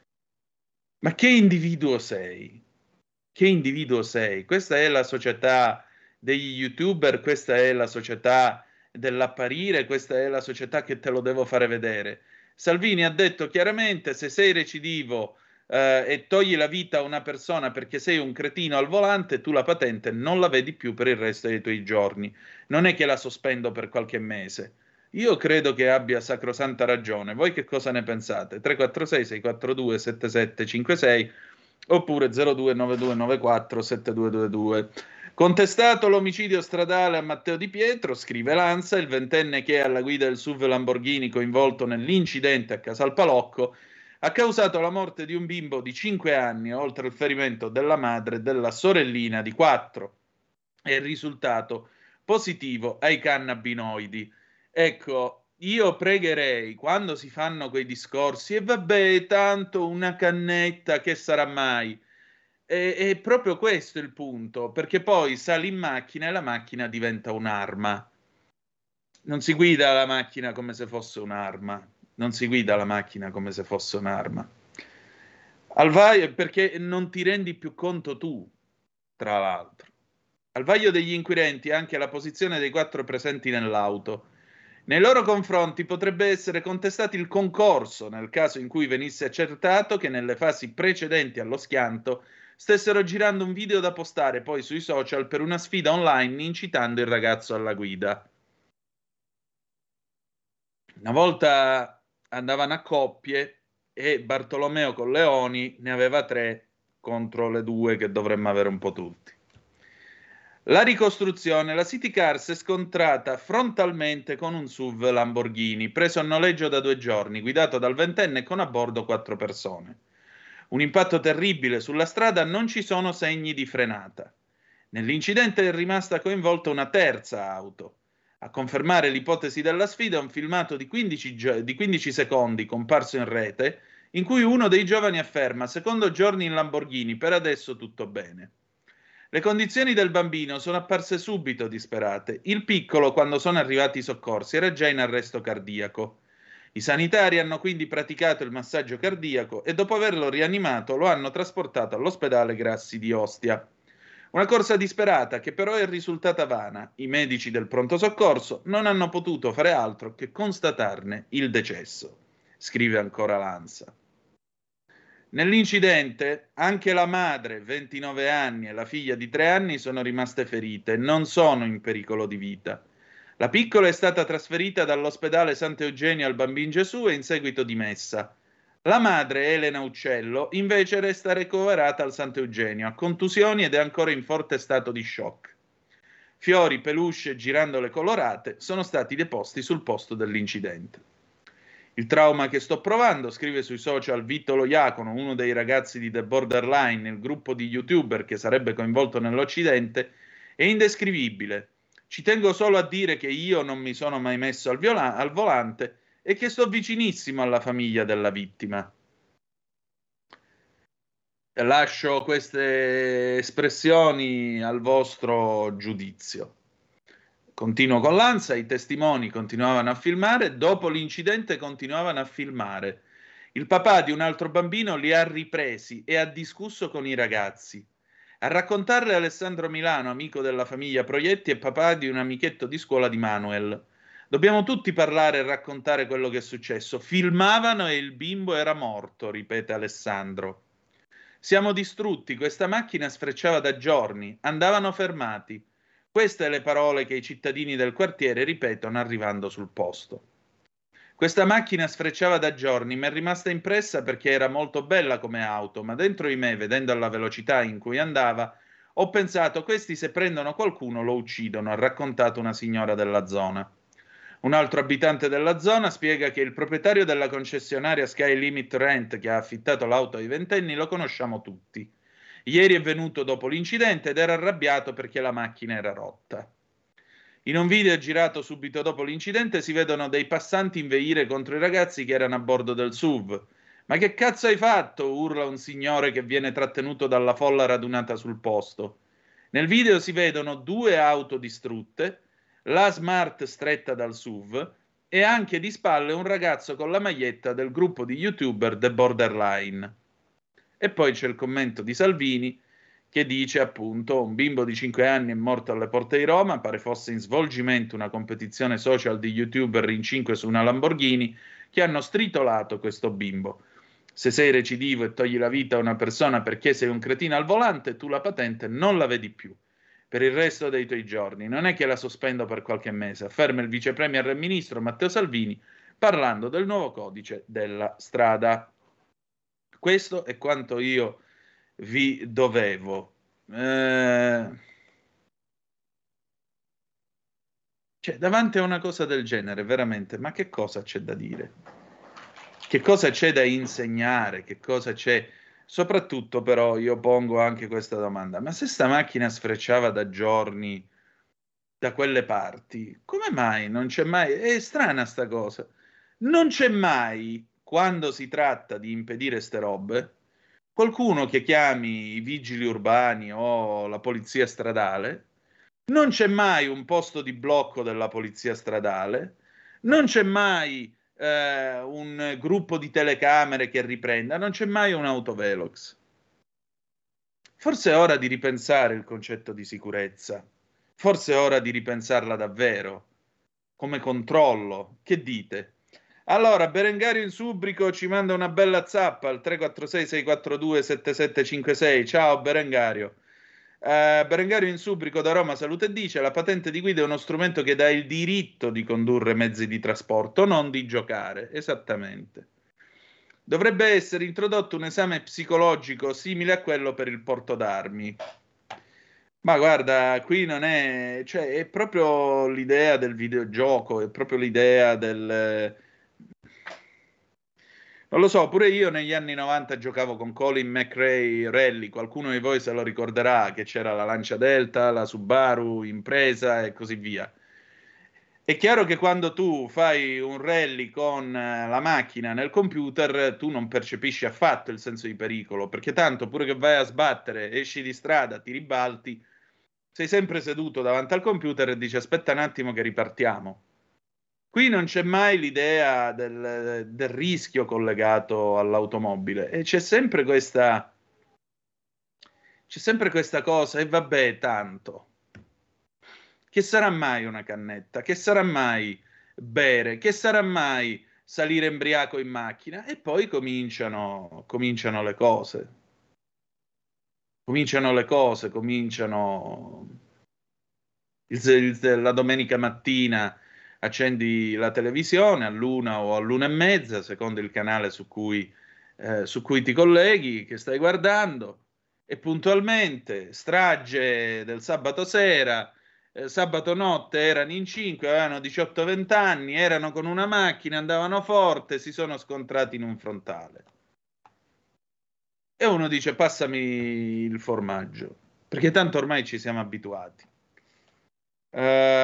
[SPEAKER 3] ma che individuo sei? Che individuo sei? Questa è la società degli youtuber, questa è la società dell'apparire, questa è la società che te lo devo fare vedere. Salvini ha detto chiaramente: se sei recidivo eh, e togli la vita a una persona perché sei un cretino al volante, tu la patente non la vedi più per il resto dei tuoi giorni. Non è che la sospendo per qualche mese. Io credo che abbia sacrosanta ragione. Voi che cosa ne pensate? tre quattro sei sei quattro due sette sette cinque sei oppure zero due nove due nove quattro sette due due due. Contestato l'omicidio stradale a Matteo Di Pietro, scrive l'ANSA, il ventenne che è alla guida del S U V Lamborghini coinvolto nell'incidente a Casalpalocco ha causato la morte di un bimbo di cinque anni, oltre al ferimento della madre e della sorellina di quattro. È risultato positivo ai cannabinoidi. Ecco, io pregherei, quando si fanno quei discorsi, e vabbè, tanto una cannetta, che sarà mai? È, è proprio questo il punto, perché poi sali in macchina e la macchina diventa un'arma. Non si guida la macchina come se fosse un'arma. Non si guida la macchina come se fosse un'arma. Al vaglio, perché non ti rendi più conto tu, tra l'altro. Al vaglio degli inquirenti anche la posizione dei quattro presenti nell'auto. Nei loro confronti potrebbe essere contestato il concorso nel caso in cui venisse accertato che nelle fasi precedenti allo schianto stessero girando un video da postare poi sui social per una sfida online incitando il ragazzo alla guida. Una volta andavano a coppie e Bartolomeo Colleoni ne aveva tre contro le due che dovremmo avere un po' tutti. La ricostruzione, la City Car si è scontrata frontalmente con un S U V Lamborghini preso a noleggio da due giorni, guidato dal ventenne e con a bordo quattro persone. Un impatto terribile sulla strada, non ci sono segni di frenata. Nell'incidente è rimasta coinvolta una terza auto. A confermare l'ipotesi della sfida è un filmato di quindici, gio- di quindici secondi comparso in rete in cui uno dei giovani afferma: secondo giorni in Lamborghini, per adesso tutto bene. Le condizioni del bambino sono apparse subito disperate. Il piccolo, quando sono arrivati i soccorsi, era già in arresto cardiaco. I sanitari hanno quindi praticato il massaggio cardiaco e dopo averlo rianimato lo hanno trasportato all'ospedale Grassi di Ostia. Una corsa disperata che però è risultata vana. I medici del pronto soccorso non hanno potuto fare altro che constatarne il decesso, scrive ancora l'ANSA. Nell'incidente anche la madre, ventinove anni, e la figlia di tre anni sono rimaste ferite, non sono in pericolo di vita. La piccola è stata trasferita dall'ospedale Sant'Eugenio al Bambin Gesù e in seguito dimessa. La madre, Elena Uccello, invece resta ricoverata al Sant'Eugenio, ha contusioni ed è ancora in forte stato di shock. Fiori, peluche e girandole colorate sono stati deposti sul posto dell'incidente. Il trauma che sto provando, scrive sui social Vittolo Iacono, uno dei ragazzi di The Borderline, il gruppo di youtuber che sarebbe coinvolto nell'accidente, è indescrivibile. Ci tengo solo a dire che io non mi sono mai messo al, viola- al volante e che sto vicinissimo alla famiglia della vittima. Lascio queste espressioni al vostro giudizio. Continuo con l'ANSA, i testimoni continuavano a filmare, dopo l'incidente continuavano a filmare. Il papà di un altro bambino li ha ripresi e ha discusso con i ragazzi. A raccontarle Alessandro Milano, amico della famiglia Proietti e papà di un amichetto di scuola di Manuel. Dobbiamo tutti parlare e raccontare quello che è successo. Filmavano e il bimbo era morto, ripete Alessandro. Siamo distrutti, questa macchina sfrecciava da giorni, andavano fermati. Queste le parole che i cittadini del quartiere ripetono arrivando sul posto. Questa macchina sfrecciava da giorni, mi è rimasta impressa perché era molto bella come auto, ma dentro di me, vedendo la velocità in cui andava, ho pensato, questi se prendono qualcuno lo uccidono, ha raccontato una signora della zona. Un altro abitante della zona spiega che il proprietario della concessionaria Sky Limit Rent che ha affittato l'auto ai ventenni lo conosciamo tutti. Ieri è venuto dopo l'incidente ed era arrabbiato perché la macchina era rotta. In un video girato subito dopo l'incidente si vedono dei passanti inveire contro i ragazzi che erano a bordo del S U V. Ma che cazzo hai fatto? Urla un signore che viene trattenuto dalla folla radunata sul posto. Nel video si vedono due auto distrutte, la Smart stretta dal S U V e anche di spalle un ragazzo con la maglietta del gruppo di youtuber The Borderline. E poi c'è il commento di Salvini che dice appunto un bimbo di cinque anni è morto alle porte di Roma, pare fosse in svolgimento una competizione social di youtuber in cinque su una Lamborghini che hanno stritolato questo bimbo. Se sei recidivo e togli la vita a una persona perché sei un cretino al volante, tu la patente non la vedi più per il resto dei tuoi giorni. Non è che la sospendo per qualche mese, afferma il vice premier e ministro Matteo Salvini parlando del nuovo codice della strada. Questo è quanto io vi dovevo. Eh... Cioè, davanti a una cosa del genere, veramente, ma che cosa c'è da dire? Che cosa c'è da insegnare? Che cosa c'è? Soprattutto, però, io pongo anche questa domanda: ma se sta macchina sfrecciava da giorni da quelle parti, come mai non c'è mai? È strana sta cosa. Non c'è mai, quando si tratta di impedire ste robe, qualcuno che chiami i vigili urbani o la polizia stradale, non c'è mai un posto di blocco della polizia stradale, non c'è mai eh, un gruppo di telecamere che riprenda, non c'è mai un autovelox. Forse è ora di ripensare il concetto di sicurezza, forse è ora di ripensarla davvero. come controllo. Che dite? Allora, Berengario in Subrico ci manda una bella zappa al tre quattro sei sei quattro due sette sette cinque sei. Ciao Berengario. Uh, Berengario in Subrico da Roma saluta e dice: la patente di guida è uno strumento che dà il diritto di condurre mezzi di trasporto, non di giocare. Esattamente. Dovrebbe essere introdotto un esame psicologico simile a quello per il porto d'armi. Ma guarda, qui non è, cioè è proprio l'idea del videogioco, è proprio l'idea del... Non lo so, pure io negli anni novanta giocavo con Colin McRae Rally, qualcuno di voi se lo ricorderà che c'era la Lancia Delta, la Subaru Impresa e così via. È chiaro che quando tu fai un rally con la macchina nel computer, tu non percepisci affatto il senso di pericolo, perché tanto pure che vai a sbattere, esci di strada, ti ribalti, sei sempre seduto davanti al computer e dici aspetta un attimo che ripartiamo. Qui non c'è mai l'idea del, del rischio collegato all'automobile e c'è sempre questa c'è sempre questa cosa e vabbè tanto. Che sarà mai una cannetta? Che sarà mai bere? Che sarà mai salire embriaco in macchina? E poi cominciano, cominciano le cose. Cominciano le cose, cominciano il, il, la domenica mattina accendi la televisione all'una o all'una e mezza, secondo il canale su cui, eh, su cui ti colleghi, che stai guardando, e puntualmente strage del sabato sera. Eh, sabato notte erano in cinque, avevano diciotto venti anni, erano con una macchina, andavano forte, si sono scontrati in un frontale. E uno dice passami il formaggio, perché tanto ormai ci siamo abituati. Uh,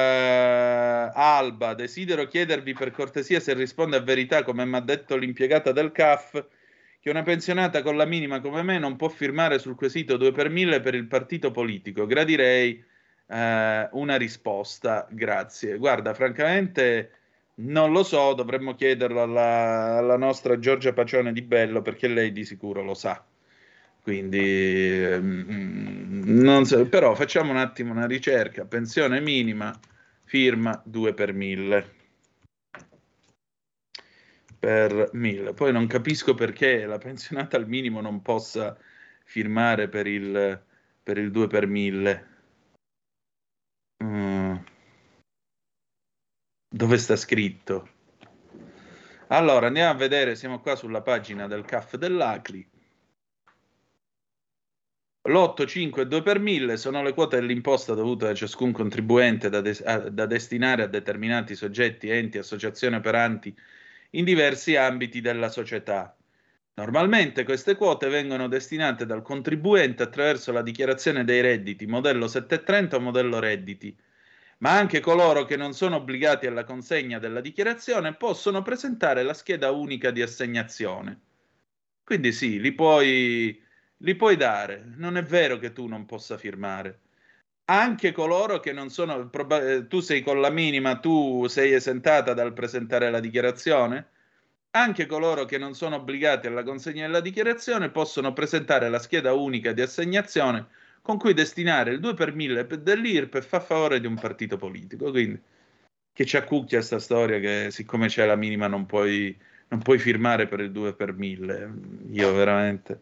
[SPEAKER 3] Alba, desidero chiedervi per cortesia se risponde a verità, come mi ha detto l'impiegata del C A F, che una pensionata con la minima come me non può firmare sul quesito due per mille per il partito politico. Gradirei Uh, una risposta, grazie. Guarda, francamente non lo so, dovremmo chiederlo alla, alla nostra Giorgia Pacione di Bello, perché lei di sicuro lo sa. Quindi um, non so, però facciamo un attimo una ricerca. Pensione minima, firma due per mille. Per mille. Poi non capisco perché la pensionata al minimo non possa firmare per il, per il due per mille. Mm. Dove sta scritto? Allora andiamo a vedere, siamo qua sulla pagina del C A F dell'Acli. L'otto, cinque e due per mille sono le quote dell'imposta dovute da ciascun contribuente da, des- a- da destinare a determinati soggetti, enti, associazioni operanti in diversi ambiti della società. Normalmente queste quote vengono destinate dal contribuente attraverso la dichiarazione dei redditi, modello settecentotrenta o modello redditi, ma anche coloro che non sono obbligati alla consegna della dichiarazione possono presentare la scheda unica di assegnazione. Quindi sì, li puoi, li puoi dare, non è vero che tu non possa firmare. Anche coloro che non sono, proba- tu sei con la minima, tu sei esentata dal presentare la dichiarazione? Anche coloro che non sono obbligati alla consegna della dichiarazione possono presentare la scheda unica di assegnazione con cui destinare il due per mille dell'I R P E F a favore di un partito politico. Quindi che ci accucchia sta storia che siccome c'è la minima non puoi, non puoi firmare per il due per mille. Io veramente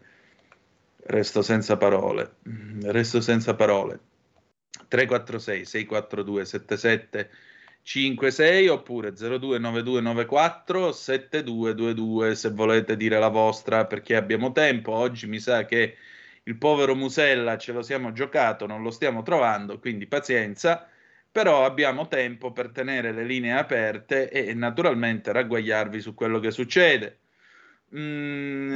[SPEAKER 3] resto senza parole. Resto senza parole. tre quattro sei sei quattro due sette sette cinque sei oppure zero due nove due nove quattro sette due due due se volete dire la vostra, perché abbiamo tempo. Oggi mi sa che il povero Musella ce lo siamo giocato, non lo stiamo trovando, quindi pazienza, però abbiamo tempo per tenere le linee aperte e naturalmente ragguagliarvi su quello che succede. Mm,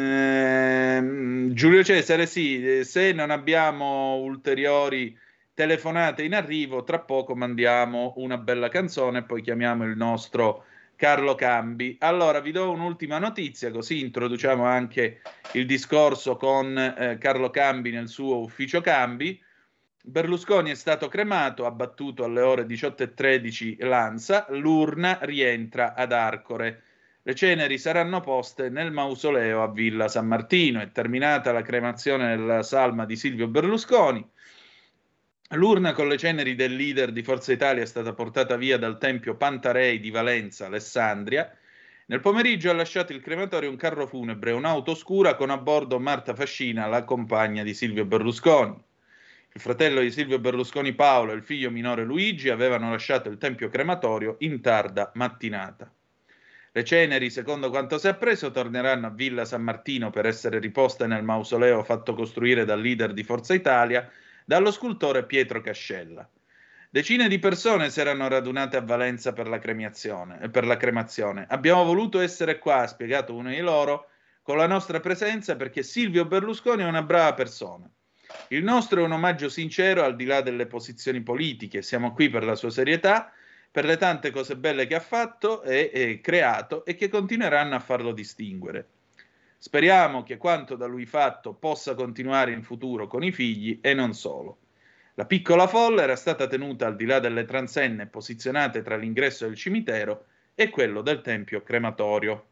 [SPEAKER 3] ehm, Giulio Cesare, sì, se non abbiamo ulteriori telefonate in arrivo, tra poco mandiamo una bella canzone e poi chiamiamo il nostro Carlo Cambi. Allora, vi do un'ultima notizia, così introduciamo anche il discorso con eh, Carlo Cambi nel suo ufficio Cambi. Berlusconi è stato cremato, abbattuto alle ore diciotto e tredici l'Ansa, l'urna rientra ad Arcore. Le ceneri saranno poste nel mausoleo a Villa San Martino. È terminata la cremazione della salma di Silvio Berlusconi. L'urna con le ceneri del leader di Forza Italia è stata portata via dal tempio Pantarei di Valenza, Alessandria. Nel pomeriggio ha lasciato il crematorio un carro funebre e un'auto scura con a bordo Marta Fascina, la compagna di Silvio Berlusconi. Il fratello di Silvio Berlusconi Paolo e il figlio minore Luigi avevano lasciato il tempio crematorio in tarda mattinata. Le ceneri, secondo quanto si è appreso, torneranno a Villa San Martino per essere riposte nel mausoleo fatto costruire dal leader di Forza Italia, dallo scultore Pietro Cascella. Decine di persone si erano radunate a Valenza per la cremazione. Per la cremazione. Abbiamo voluto essere qua, ha spiegato uno di loro, con la nostra presenza perché Silvio Berlusconi è una brava persona. Il nostro è un omaggio sincero al di là delle posizioni politiche. Siamo qui per la sua serietà, per le tante cose belle che ha fatto e, e creato e che continueranno a farlo distinguere. Speriamo che quanto da lui fatto possa continuare in futuro con i figli e non solo. La piccola folla era stata tenuta al di là delle transenne posizionate tra l'ingresso del cimitero e quello del tempio crematorio.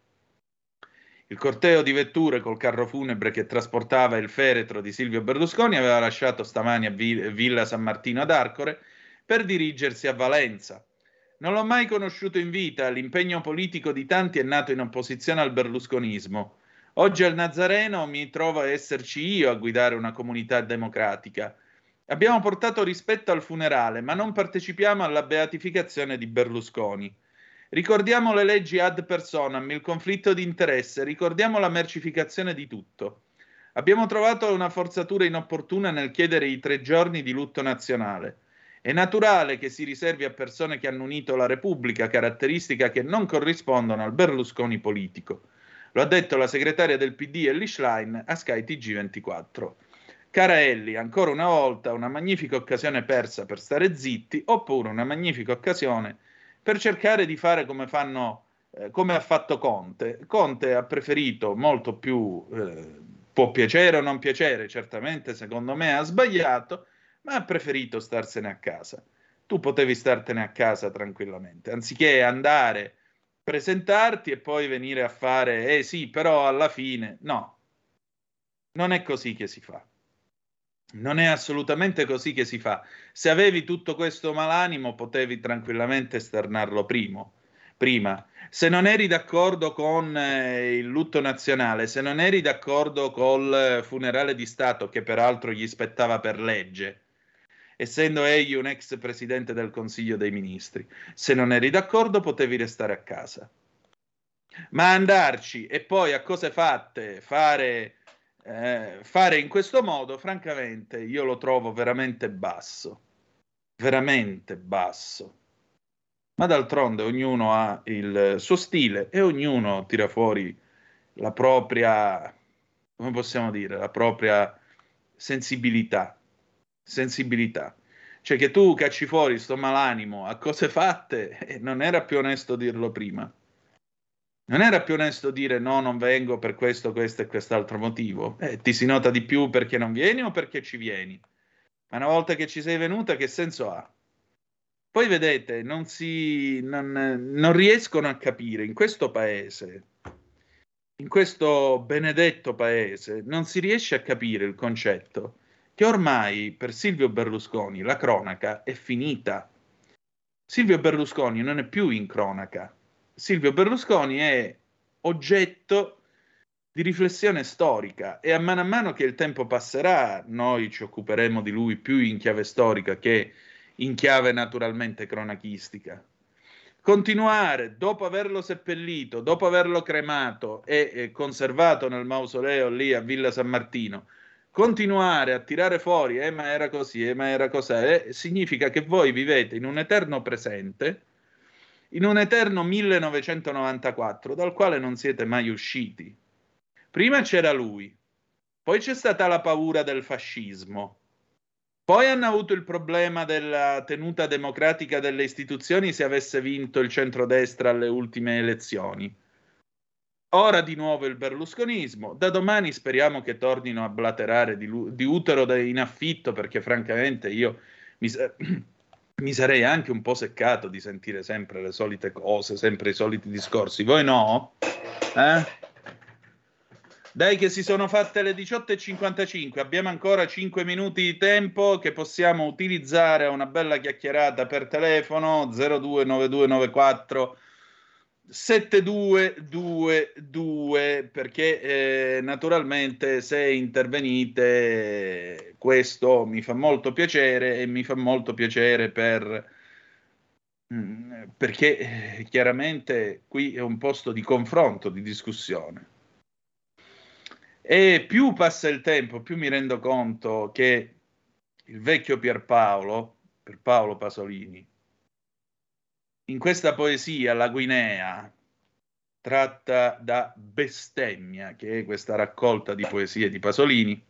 [SPEAKER 3] Il corteo di vetture col carro funebre che trasportava il feretro di Silvio Berlusconi aveva lasciato stamani a Villa San Martino ad Arcore per dirigersi a Valenza. Non l'ho mai conosciuto in vita, l'impegno politico di tanti è nato in opposizione al berlusconismo. Oggi al Nazareno mi trovo a esserci io a guidare una comunità democratica. Abbiamo portato rispetto al funerale, ma non partecipiamo alla beatificazione di Berlusconi. Ricordiamo le leggi ad personam, il conflitto di interesse, ricordiamo la mercificazione di tutto. Abbiamo trovato una forzatura inopportuna nel chiedere i tre giorni di lutto nazionale. È naturale che si riservi a persone che hanno unito la Repubblica, caratteristica che non corrispondono al Berlusconi politico. Lo ha detto la segretaria del P D Elly Schlein a Sky T G ventiquattro. Cara Elly, ancora una volta una magnifica occasione persa per stare zitti, oppure una magnifica occasione per cercare di fare come fanno, eh, come ha fatto Conte. Conte ha preferito molto più, eh, può piacere o non piacere, certamente secondo me ha sbagliato, ma ha preferito starsene a casa. Tu potevi startene a casa tranquillamente, anziché andare, presentarti e poi venire a fare, eh sì, però alla fine, no, non è così che si fa. Non è assolutamente così che si fa. Se avevi tutto questo malanimo, potevi tranquillamente esternarlo primo, prima. Se non eri d'accordo con eh, il lutto nazionale, se non eri d'accordo col funerale di Stato, che peraltro gli spettava per legge, essendo egli un ex presidente del Consiglio dei Ministri, se non eri d'accordo potevi restare a casa. Ma andarci e poi a cose fatte, fare... Eh, fare in questo modo, francamente, io lo trovo veramente basso, veramente basso. Ma d'altronde ognuno ha il suo stile e ognuno tira fuori la propria, come possiamo dire, la propria sensibilità. Sensibilità. Cioè che tu cacci fuori sto malanimo a cose fatte, eh, non era più onesto dirlo prima. Non era più onesto dire no, non vengo per questo, questo e quest'altro motivo? Eh, ti si nota di più perché non vieni o perché ci vieni? Ma una volta che ci sei venuta, che senso ha? Poi vedete, non, si, non, non riescono a capire in questo paese, in questo benedetto paese, non si riesce a capire il concetto che ormai per Silvio Berlusconi la cronaca è finita. Silvio Berlusconi non è più in cronaca. Silvio Berlusconi è oggetto di riflessione storica e a mano a mano che il tempo passerà noi ci occuperemo di lui più in chiave storica che in chiave naturalmente cronachistica. Continuare, dopo averlo seppellito, dopo averlo cremato e, e conservato nel mausoleo lì a Villa San Martino, continuare a tirare fuori, eh ma era così, eh ma era così, eh, significa che voi vivete in un eterno presente, in un eterno millenovecentonovantaquattro dal quale non siete mai usciti. Prima c'era lui, poi c'è stata la paura del fascismo, poi hanno avuto il problema della tenuta democratica delle istituzioni se avesse vinto il centrodestra alle ultime elezioni. Ora di nuovo il berlusconismo, da domani speriamo che tornino a blaterare di, di utero in affitto, perché francamente io mi... mi sarei anche un po' seccato di sentire sempre le solite cose, sempre i soliti discorsi. Voi no? Eh? Dai che si sono fatte le diciotto e cinquantacinque, abbiamo ancora cinque minuti di tempo che possiamo utilizzare a una bella chiacchierata per telefono. Zero due nove due nove quattro sette due due due, perché eh, naturalmente se intervenite questo mi fa molto piacere, e mi fa molto piacere per perché eh, chiaramente qui è un posto di confronto, di discussione. E più passa il tempo, più mi rendo conto che il vecchio Pierpaolo, Pierpaolo Pasolini, in questa poesia, La Guinea, tratta da Bestemmia, che è questa raccolta di poesie di Pasolini,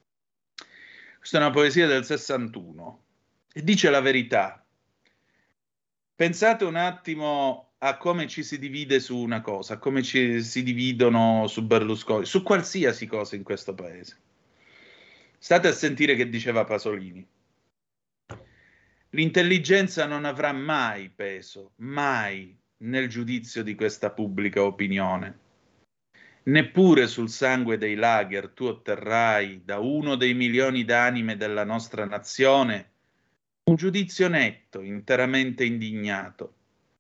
[SPEAKER 3] questa è una poesia del sessantuno, e dice la verità. Pensate un attimo a come ci si divide su una cosa, a come ci si dividono su Berlusconi, su qualsiasi cosa in questo paese. State a sentire che diceva Pasolini. L'intelligenza non avrà mai peso, mai, nel giudizio di questa pubblica opinione. Neppure sul sangue dei lager tu otterrai da uno dei milioni d'anime della nostra nazione un giudizio netto, interamente indignato.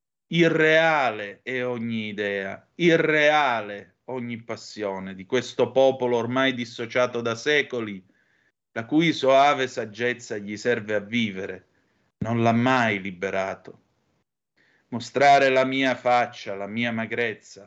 [SPEAKER 3] Irreale è ogni idea, irreale ogni passione di questo popolo ormai dissociato da secoli, la cui soave saggezza gli serve a vivere, non l'ha mai liberato. Mostrare la mia faccia, la mia magrezza,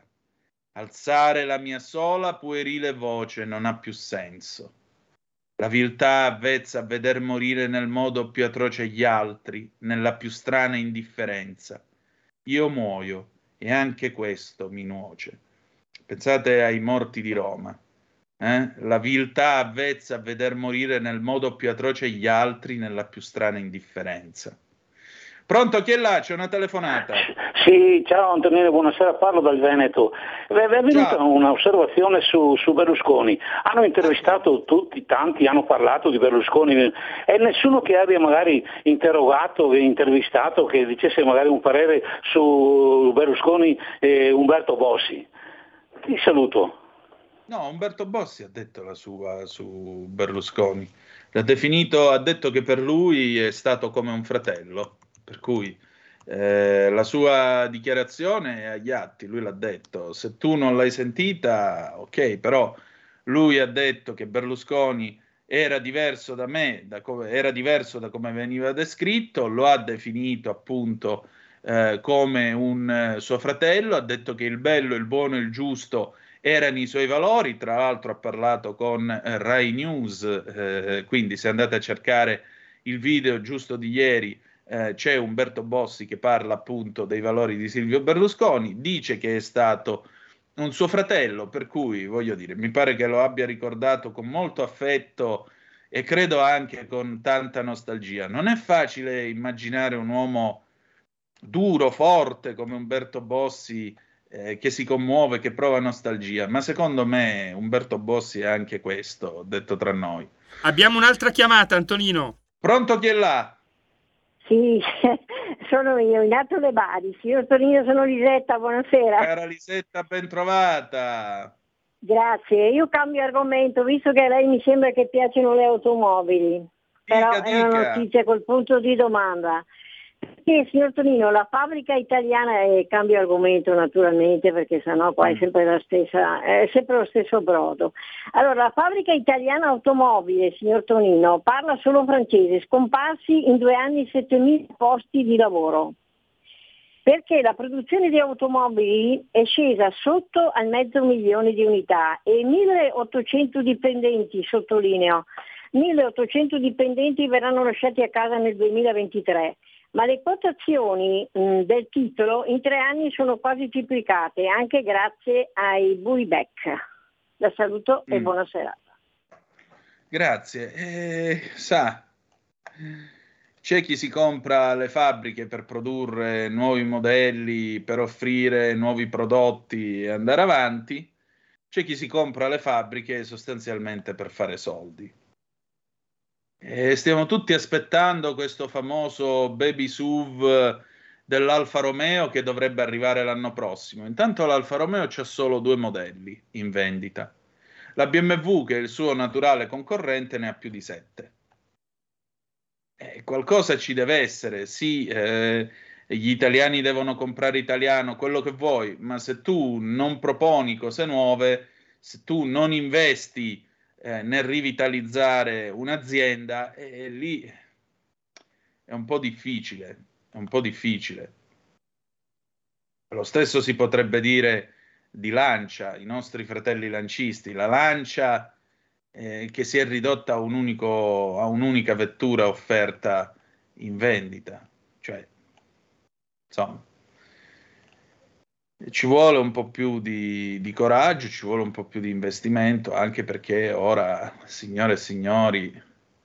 [SPEAKER 3] alzare la mia sola puerile voce non ha più senso. La viltà avvezza a veder morire nel modo più atroce gli altri, nella più strana indifferenza. Io muoio e anche questo mi nuoce. Pensate ai morti di Roma. Eh? La viltà avvezza a veder morire nel modo più atroce gli altri, nella più strana indifferenza. Pronto, chi è là? C'è una telefonata.
[SPEAKER 6] Sì, ciao Antonino, buonasera, parlo dal Veneto. È venuta un'osservazione su, su Berlusconi. Hanno intervistato tutti, tanti hanno parlato di Berlusconi e nessuno che abbia magari interrogato e intervistato, che dicesse magari un parere su Berlusconi e Umberto Bossi. Ti saluto.
[SPEAKER 3] No, Umberto Bossi ha detto la sua su Berlusconi. L'ha definito, ha detto che per lui è stato come un fratello. Per cui eh, la sua dichiarazione è agli atti, lui l'ha detto. Se tu non l'hai sentita, ok, però lui ha detto che Berlusconi era diverso da me, da come, era diverso da come veniva descritto, lo ha definito appunto eh, come un eh, suo fratello, ha detto che il bello, il buono e il giusto erano i suoi valori, tra l'altro ha parlato con eh, Rai News, eh, quindi se andate a cercare il video giusto di ieri, Eh, c'è Umberto Bossi che parla appunto dei valori di Silvio Berlusconi, dice che è stato un suo fratello, per cui voglio dire, mi pare che lo abbia ricordato con molto affetto e credo anche con tanta nostalgia. Non è facile immaginare un uomo duro, forte come Umberto Bossi eh, che si commuove, che prova nostalgia, ma secondo me Umberto Bossi è anche questo, detto tra noi.
[SPEAKER 2] Abbiamo un'altra chiamata, Antonino.
[SPEAKER 3] Pronto, chi è là?
[SPEAKER 7] Sì, sono io, Inato Le Bari. Signor Tonino, sono Lisetta, buonasera.
[SPEAKER 3] Cara Lisetta, ben trovata.
[SPEAKER 7] Grazie, io cambio argomento, visto che a lei mi sembra che piacciono le automobili, dica, però dica. È una notizia col punto di domanda. Perché, signor Tonino, la fabbrica italiana, e cambio argomento naturalmente perché sennò poi è sempre la stessa, è sempre lo stesso brodo. Allora, la fabbrica italiana automobile, signor Tonino, parla solo francese, scomparsi in due anni settemila posti di lavoro. Perché la produzione di automobili è scesa sotto al mezzo milione di unità e milleottocento dipendenti, sottolineo, milleottocento dipendenti verranno lasciati a casa nel duemilaventitré. Ma le quotazioni mh, del titolo in tre anni sono quasi triplicate, anche grazie ai buyback. La saluto e mm. buona serata.
[SPEAKER 3] Grazie. Eh, sa, c'è chi si compra le fabbriche per produrre nuovi modelli, per offrire nuovi prodotti e andare avanti. C'è chi si compra le fabbriche sostanzialmente per fare soldi. E stiamo tutti aspettando questo famoso baby S U V dell'Alfa Romeo che dovrebbe arrivare l'anno prossimo. Intanto l'Alfa Romeo c'ha solo due modelli in vendita. La B M W, che è il suo naturale concorrente, ne ha più di sette. Eh, qualcosa ci deve essere, sì, eh, gli italiani devono comprare italiano, quello che vuoi, ma se tu non proponi cose nuove, se tu non investi eh, nel rivitalizzare un'azienda, eh, lì è un po' difficile, è un po' difficile. Lo stesso si potrebbe dire di Lancia, i nostri fratelli lancisti, la Lancia eh, che si è ridotta a, un unico, a un'unica vettura offerta in vendita. Cioè, insomma, ci vuole un po' più di, di coraggio, ci vuole un po' più di investimento, anche perché ora, signore e signori,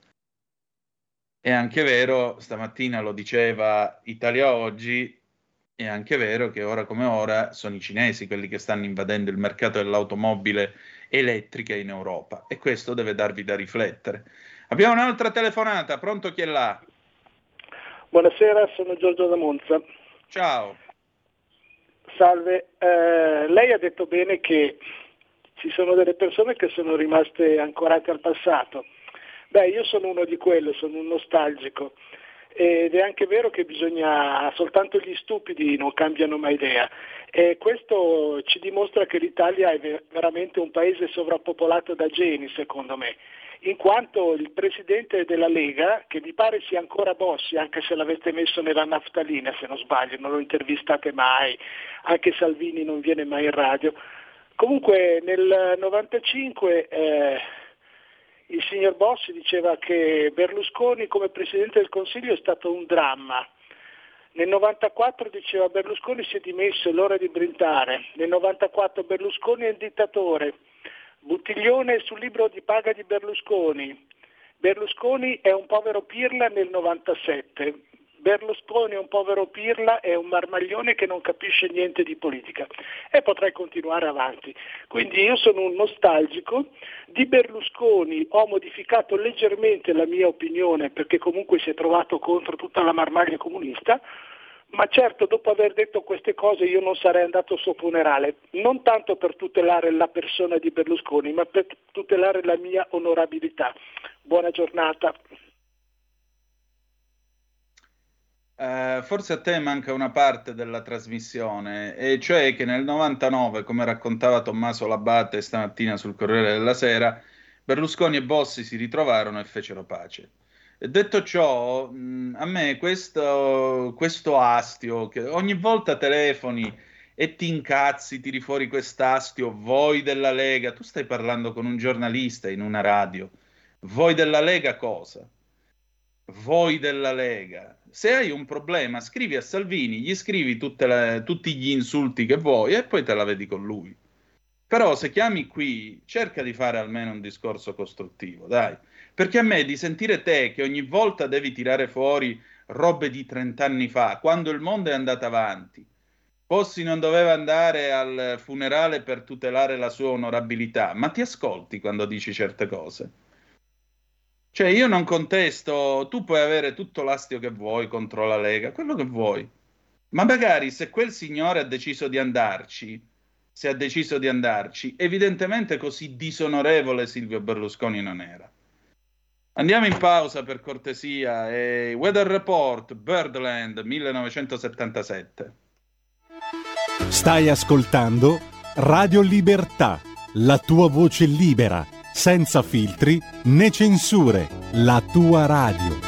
[SPEAKER 3] è anche vero, stamattina lo diceva Italia Oggi, è anche vero che ora come ora sono i cinesi quelli che stanno invadendo il mercato dell'automobile elettrica in Europa, e questo deve darvi da riflettere. Abbiamo un'altra telefonata, pronto, chi è là?
[SPEAKER 8] Buonasera, sono Giorgio da Monza.
[SPEAKER 3] Ciao.
[SPEAKER 8] Salve, eh, lei ha detto bene che ci sono delle persone che sono rimaste ancorate al passato. Beh, io sono uno di quello, sono un nostalgico. Ed è anche vero che bisogna, soltanto gli stupidi non cambiano mai idea, e questo ci dimostra che l'Italia è veramente un paese sovrappopolato da geni, secondo me, in quanto il presidente della Lega, che mi pare sia ancora Bossi, anche se l'avete messo nella naftalina se non sbaglio, non lo intervistate mai, anche Salvini non viene mai in radio, comunque nel novantacinque eh, il signor Bossi diceva che Berlusconi come Presidente del Consiglio è stato un dramma. Nel novantaquattro diceva Berlusconi si è dimesso, è l'ora di brindare. Nel novantaquattro Berlusconi è un dittatore. Buttiglione sul libro di paga di Berlusconi. Berlusconi è un povero pirla nel novantasette. Berlusconi è un povero pirla, è un marmaglione che non capisce niente di politica, e potrei continuare avanti. Quindi io sono un nostalgico di Berlusconi, ho modificato leggermente la mia opinione perché comunque si è trovato contro tutta la marmaglia comunista, ma certo dopo aver detto queste cose io non sarei andato al suo funerale, non tanto per tutelare la persona di Berlusconi, ma per tutelare la mia onorabilità. Buona giornata.
[SPEAKER 3] Uh, forse a te manca una parte della trasmissione, e cioè che nel novantanove, come raccontava Tommaso Labate stamattina sul Corriere della Sera, Berlusconi e Bossi si ritrovarono e fecero pace. E detto ciò, mh, a me questo, questo astio, che ogni volta telefoni e ti incazzi, tiri fuori quest'astio, voi della Lega, tu stai parlando con un giornalista in una radio, voi della Lega cosa? Voi della Lega, se hai un problema scrivi a Salvini, gli scrivi tutte le, tutti gli insulti che vuoi e poi te la vedi con lui. Però se chiami qui cerca di fare almeno un discorso costruttivo, dai, perché a me di sentire te che ogni volta devi tirare fuori robe di trent'anni fa, quando il mondo è andato avanti, Bossi non doveva andare al funerale per tutelare la sua onorabilità, ma ti ascolti quando dici certe cose? Cioè io non contesto, tu puoi avere tutto l'astio che vuoi contro la Lega, quello che vuoi, ma magari se quel signore ha deciso di andarci, se ha deciso di andarci, evidentemente così disonorevole Silvio Berlusconi non era. Andiamo in pausa per cortesia, e Weather Report, Birdland millenovecentosettantasette.
[SPEAKER 1] Stai ascoltando Radio Libertà, la tua voce libera, senza filtri né censure, la tua radio.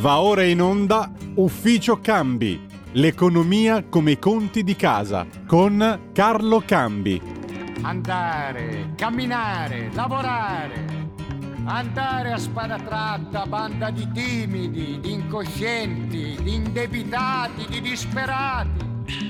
[SPEAKER 1] Va ora in onda Ufficio Cambi, l'economia come i conti di casa, con Carlo Cambi.
[SPEAKER 9] Andare, camminare, lavorare, andare a spada tratta, banda di timidi, di incoscienti, di indebitati, di disperati.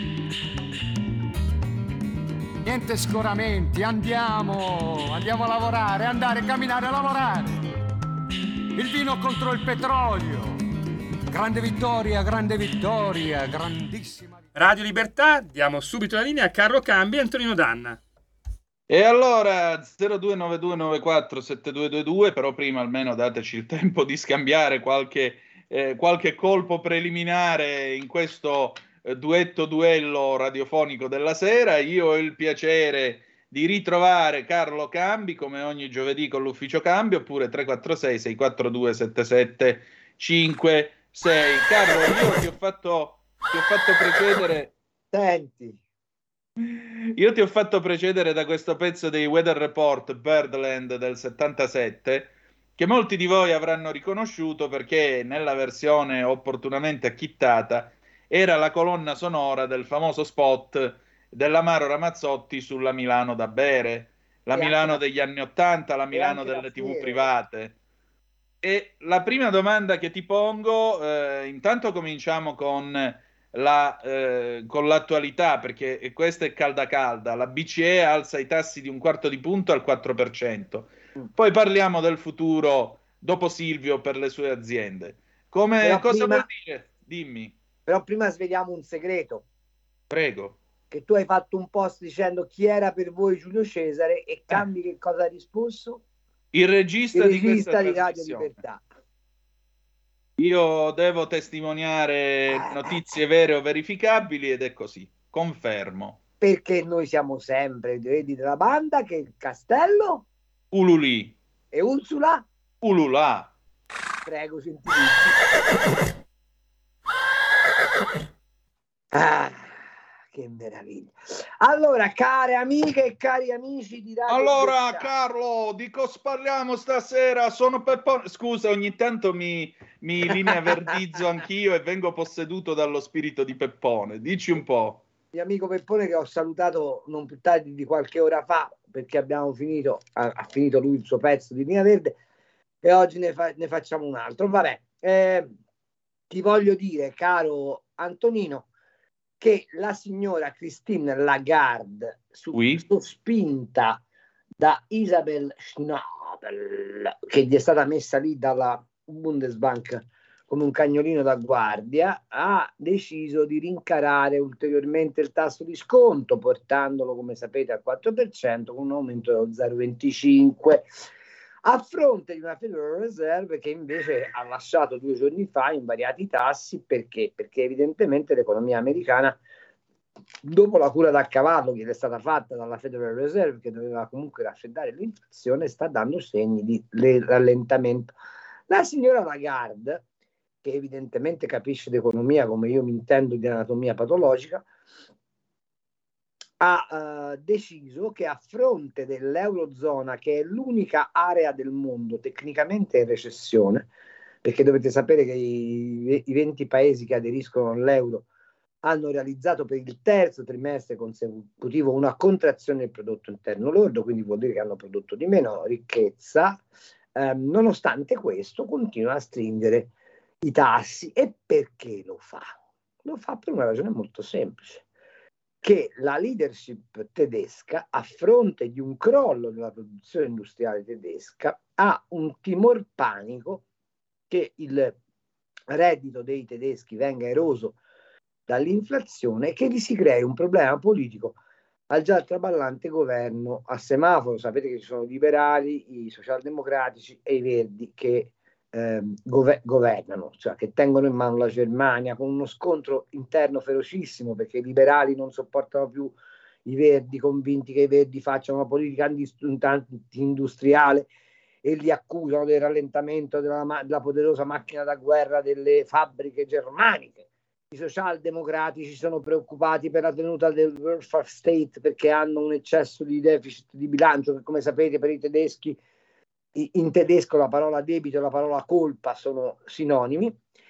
[SPEAKER 9] Niente scoramenti, andiamo, andiamo a lavorare, andare, camminare, lavorare. Il vino contro il petrolio. Grande vittoria, grande vittoria, grandissima.
[SPEAKER 2] Radio Libertà, diamo subito la linea a Carlo Cambi e Antonino Danna.
[SPEAKER 3] E allora zero due nove due nove quattro sette due due due, però prima almeno dateci il tempo di scambiare qualche, eh, qualche colpo preliminare in questo eh, duetto duello radiofonico della sera. Io ho il piacere di ritrovare Carlo Cambi come ogni giovedì con l'Ufficio Cambi, oppure tre quattro sei sei quattro due sette sette cinque sei. Carlo, io ti ho fatto, ti ho fatto precedere.
[SPEAKER 10] Senti.
[SPEAKER 3] Io ti ho fatto precedere da questo pezzo dei Weather Report Birdland del settantasette, che molti di voi avranno riconosciuto perché nella versione opportunamente acchittata era la colonna sonora del famoso spot dell'Amaro Ramazzotti sulla Milano da bere, la e Milano anche, degli anni Ottanta, la Milano delle tivù private. E la prima domanda che ti pongo, eh, intanto cominciamo con La, eh, con l'attualità, perché questa è calda calda. La B C E alza i tassi di un quarto di punto al quattro per cento. Poi parliamo del futuro dopo Silvio per le sue aziende. Come, cosa prima, vuol dire? Dimmi.
[SPEAKER 10] Però prima sveliamo un segreto.
[SPEAKER 3] Prego.
[SPEAKER 10] Che tu hai fatto un post dicendo chi era per voi Giulio Cesare e Cambi eh. che cosa ha risposto?
[SPEAKER 3] Il regista,
[SPEAKER 10] Il
[SPEAKER 3] di,
[SPEAKER 10] regista di Radio Libertà.
[SPEAKER 3] Io devo testimoniare notizie vere o verificabili ed è così, confermo.
[SPEAKER 10] Perché noi siamo sempre i eredi della banda, che il castello
[SPEAKER 3] Ululì
[SPEAKER 10] e Ursula
[SPEAKER 3] Ululà.
[SPEAKER 10] Prego, sentite. Ah, che meraviglia. Allora, care amiche e cari amici di Radio
[SPEAKER 3] Allora,
[SPEAKER 10] Libertà.
[SPEAKER 3] Carlo, di cosa parliamo stasera? Sono Peppone. Scusa, ogni tanto mi, mi lineaverdizzo anch'io e vengo posseduto dallo spirito di Peppone. Dici un po'.
[SPEAKER 10] Mio amico Peppone, che ho salutato non più tardi di qualche ora fa, perché abbiamo finito, ha, ha finito lui il suo pezzo di Linea Verde e oggi ne, fa, ne facciamo un altro. Vabbè, eh, ti voglio dire, caro Antonino, che la signora Christine Lagarde, su, oui. spinta da Isabel Schnabel, che gli è stata messa lì dalla Bundesbank come un cagnolino da guardia, ha deciso di rincarare ulteriormente il tasso di sconto, portandolo, come sapete, al quattro per cento con un aumento dello zero virgola venticinque, a fronte di una Federal Reserve che invece ha lasciato due giorni fa invariati tassi. Perché? Perché evidentemente l'economia americana, dopo la cura da cavallo che è stata fatta dalla Federal Reserve, che doveva comunque raffreddare l'inflazione, sta dando segni di rallentamento. La signora Lagarde, che evidentemente capisce d'economia come io mi intendo di anatomia patologica, ha uh, deciso che a fronte dell'Eurozona, che è l'unica area del mondo tecnicamente in recessione, perché dovete sapere che i, i venti paesi che aderiscono all'euro hanno realizzato per il terzo trimestre consecutivo una contrazione del prodotto interno lordo, quindi vuol dire che hanno prodotto di meno ricchezza, eh, nonostante questo continua a stringere i tassi. E perché lo fa? Lo fa per una ragione molto semplice, che la leadership tedesca, a fronte di un crollo della produzione industriale tedesca, ha un timor panico che il reddito dei tedeschi venga eroso dall'inflazione e che gli si crei un problema politico al già traballante governo a semaforo. Sapete che ci sono i liberali, i socialdemocratici e i verdi che eh, gover- governano, cioè che tengono in mano la Germania, con uno scontro interno ferocissimo, perché i liberali non sopportano più i verdi, convinti che i verdi facciano una politica anti-industriale e li accusano del rallentamento della, della poderosa macchina da guerra delle fabbriche germaniche. I socialdemocratici sono preoccupati per la tenuta del welfare state, perché hanno un eccesso di deficit di bilancio che, come sapete, per i tedeschi, in tedesco la parola debito e la parola colpa sono sinonimi.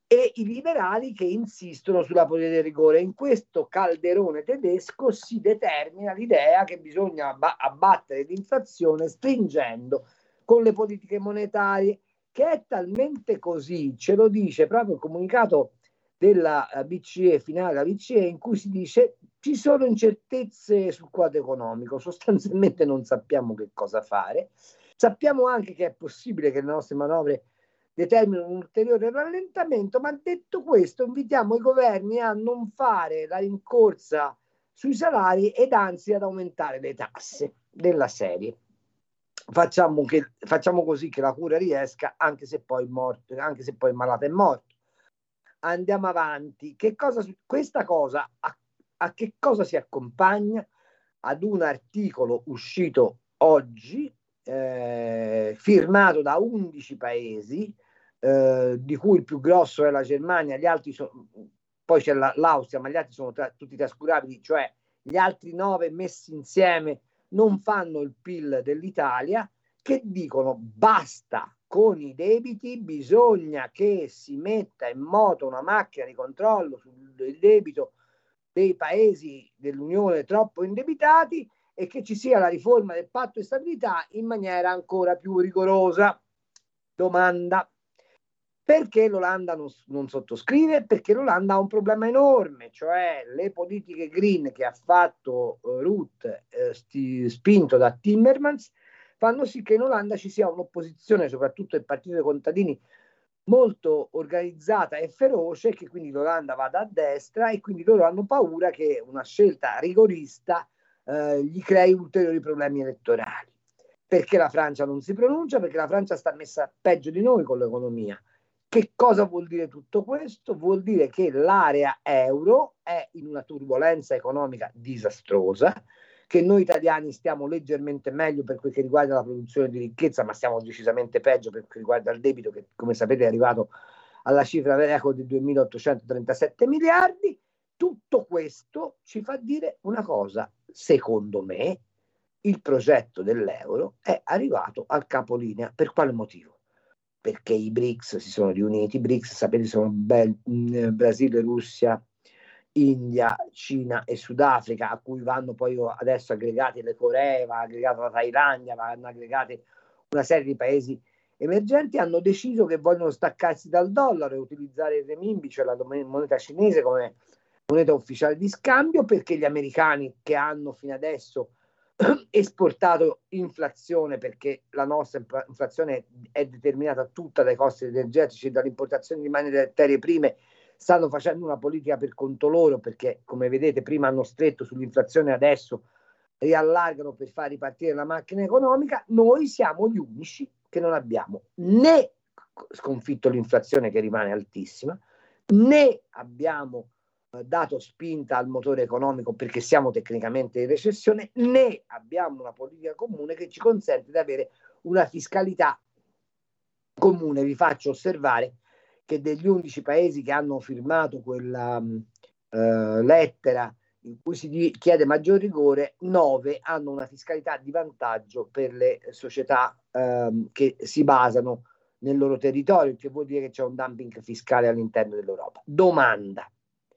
[SPEAKER 10] e i liberali che insistono sulla politica del rigore. In questo calderone tedesco si determina l'idea che bisogna abba- abbattere l'inflazione stringendo con le politiche monetarie, che è talmente così, ce lo dice proprio il comunicato della B C E, finale della B C E, in cui si dice ci sono incertezze sul quadro economico, sostanzialmente non sappiamo che cosa fare, sappiamo anche che è possibile che le nostre manovre determinano un ulteriore rallentamento, ma detto questo invitiamo i governi a non fare la rincorsa sui salari ed anzi ad aumentare le tasse della serie. Facciamo, che, facciamo così che la cura riesca, anche se poi il morto, anche se poi il malato è morto. Andiamo avanti. Che cosa, questa cosa a, a che cosa si accompagna? Ad un articolo uscito oggi, eh, firmato da undici paesi, eh, di cui il più grosso è la Germania, gli altri sono, poi c'è la, l'Austria, ma gli altri sono tra, tutti trascurabili, cioè gli altri nove messi insieme non fanno il P I L dell'Italia, che dicono basta con i debiti, bisogna che si metta in moto una macchina di controllo sul debito dei paesi dell'Unione troppo indebitati e che ci sia la riforma del patto di stabilità in maniera ancora più rigorosa. Domanda: perché l'Olanda non, non sottoscrive? Perché l'Olanda ha un problema enorme, cioè le politiche green che ha fatto uh, Ruth, eh, sti, spinto da Timmermans, fanno sì che in Olanda ci sia un'opposizione, soprattutto del partito dei contadini, molto organizzata e feroce, che quindi l'Olanda vada a destra e quindi loro hanno paura che una scelta rigorista eh, gli crei ulteriori problemi elettorali. Perché la Francia non si pronuncia? Perché la Francia sta messa peggio di noi con l'economia. Che cosa vuol dire tutto questo? Vuol dire che l'area euro è in una turbolenza economica disastrosa, che noi italiani stiamo leggermente meglio per quel che riguarda la produzione di ricchezza, ma stiamo decisamente peggio per quel che riguarda il debito, che come sapete è arrivato alla cifra record di duemilaottocentotrentasette miliardi. Tutto questo ci fa dire una cosa: secondo me il progetto dell'euro è arrivato al capolinea. Per quale motivo? Perché i BRICS si sono riuniti. I BRICS, sapete, sono Bel- Brasile, Russia, India, Cina e Sudafrica, a cui vanno poi adesso aggregati le Coree, va aggregata la Thailandia, vanno aggregate una serie di paesi emergenti. Hanno deciso che vogliono staccarsi dal dollaro e utilizzare il renminbi, cioè la moneta cinese, come moneta ufficiale di scambio, perché gli americani, che hanno fino adesso esportato inflazione, perché la nostra inflazione è determinata tutta dai costi energetici e dall'importazione di materie prime, stanno facendo una politica per conto loro, perché come vedete prima hanno stretto sull'inflazione, adesso riallargano per far ripartire la macchina economica. Noi siamo gli unici che non abbiamo né sconfitto l'inflazione, che rimane altissima, né abbiamo dato spinta al motore economico, perché siamo tecnicamente in recessione, né abbiamo una politica comune che ci consente di avere una fiscalità comune. Vi faccio osservare che degli undici paesi che hanno firmato quella uh, lettera in cui si chiede maggior rigore, nove hanno una fiscalità di vantaggio per le società uh, che si basano nel loro territorio, il che vuol dire che c'è un dumping fiscale all'interno dell'Europa. Domanda: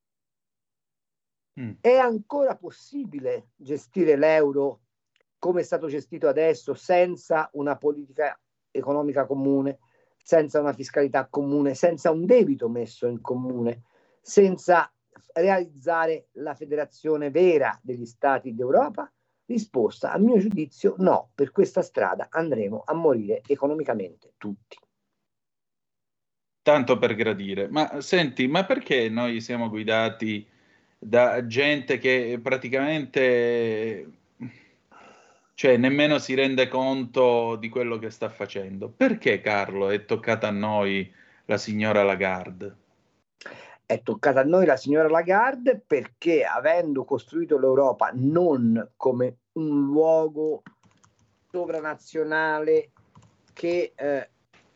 [SPEAKER 10] è ancora possibile gestire l'euro come è stato gestito adesso, senza una politica economica comune, senza una fiscalità comune, senza un debito messo in comune, senza realizzare la federazione vera degli stati d'Europa? Risposta: a mio giudizio no. Per questa strada andremo a morire economicamente tutti.
[SPEAKER 3] Tanto per gradire. Ma senti, ma perché noi siamo guidati da gente che praticamente, cioè, nemmeno si rende conto di quello che sta facendo? Perché, Carlo, è toccata a noi la signora Lagarde?
[SPEAKER 10] È toccata a noi la signora Lagarde perché, avendo costruito l'Europa non come un luogo sovranazionale che eh,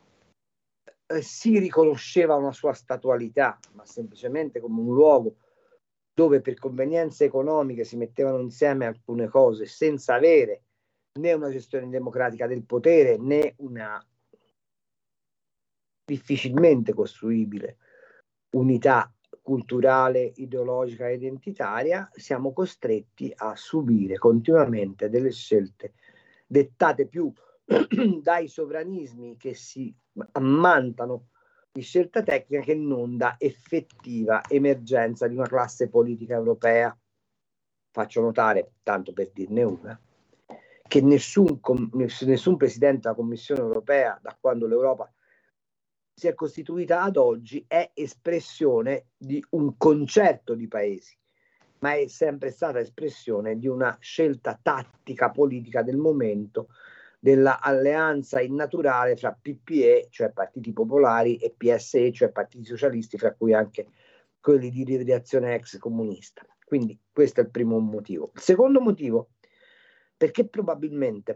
[SPEAKER 10] si riconosceva una sua statualità, ma semplicemente come un luogo dove per convenienze economiche si mettevano insieme alcune cose, senza avere né una gestione democratica del potere né una difficilmente costruibile unità culturale, ideologica e identitaria, siamo costretti a subire continuamente delle scelte dettate più dai sovranismi che si ammantano di scelta tecnica che non da effettiva emergenza di una classe politica europea. Faccio notare, tanto per dirne una, che nessun, nessun presidente della Commissione europea, da quando l'Europa si è costituita ad oggi, è espressione di un concerto di paesi, ma è sempre stata espressione di una scelta tattica politica del momento, della alleanza innaturale fra P P E, cioè partiti popolari, e P S E, cioè partiti socialisti, fra cui anche quelli di radiazione ex comunista. Quindi questo è il primo motivo. Il secondo motivo, perché probabilmente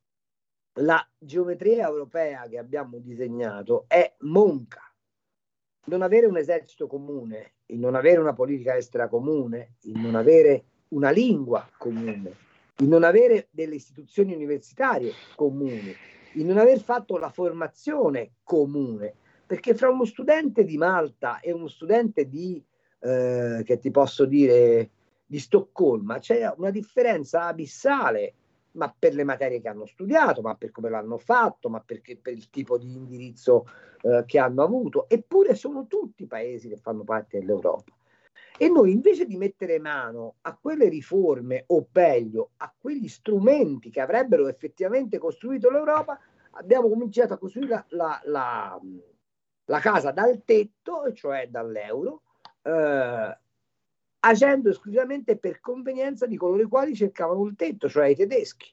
[SPEAKER 10] la geometria europea che abbiamo disegnato è monca. Non avere un esercito comune, il non avere una politica estera comune, il non avere una lingua comune, il non avere delle istituzioni universitarie comuni, il non aver fatto la formazione comune, perché fra uno studente di Malta e uno studente di, eh, che ti posso dire, di Stoccolma, c'è una differenza abissale, ma per le materie che hanno studiato, ma per come l'hanno fatto, ma perché per il tipo di indirizzo eh, che hanno avuto, eppure sono tutti paesi che fanno parte dell'Europa. E noi, invece di mettere mano a quelle riforme, o peggio, a quegli strumenti che avrebbero effettivamente costruito l'Europa, abbiamo cominciato a costruire la, la, la, la casa dal tetto, cioè dall'euro, eh, agendo esclusivamente per convenienza di coloro i quali cercavano il tetto, cioè i tedeschi.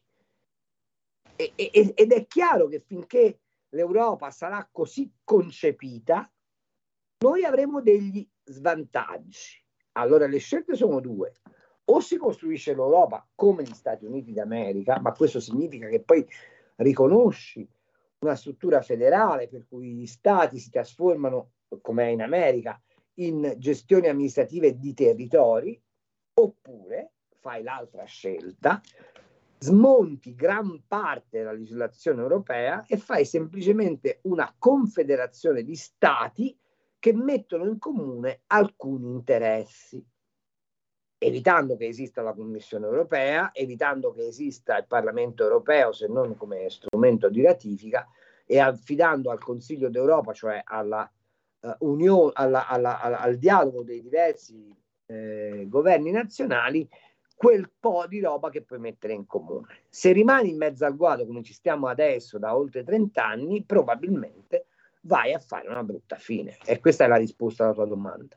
[SPEAKER 10] E, e, ed è chiaro che finché l'Europa sarà così concepita, noi avremo degli svantaggi. Allora le scelte sono due: o si costruisce l'Europa come gli Stati Uniti d'America, ma questo significa che poi riconosci una struttura federale per cui gli stati si trasformano, come è in America, in gestioni amministrative di territori, oppure fai l'altra scelta, smonti gran parte della legislazione europea e fai semplicemente una confederazione di stati che mettono in comune alcuni interessi, evitando che esista la Commissione europea, evitando che esista il Parlamento europeo, se non come strumento di ratifica, e affidando al Consiglio d'Europa, cioè alla, uh, unione, alla, alla, alla, al dialogo dei diversi eh, governi nazionali, quel po' di roba che puoi mettere in comune. Se rimani in mezzo al guado come ci stiamo adesso da oltre trenta anni, probabilmente vai a fare una brutta fine. E questa è la risposta alla tua domanda.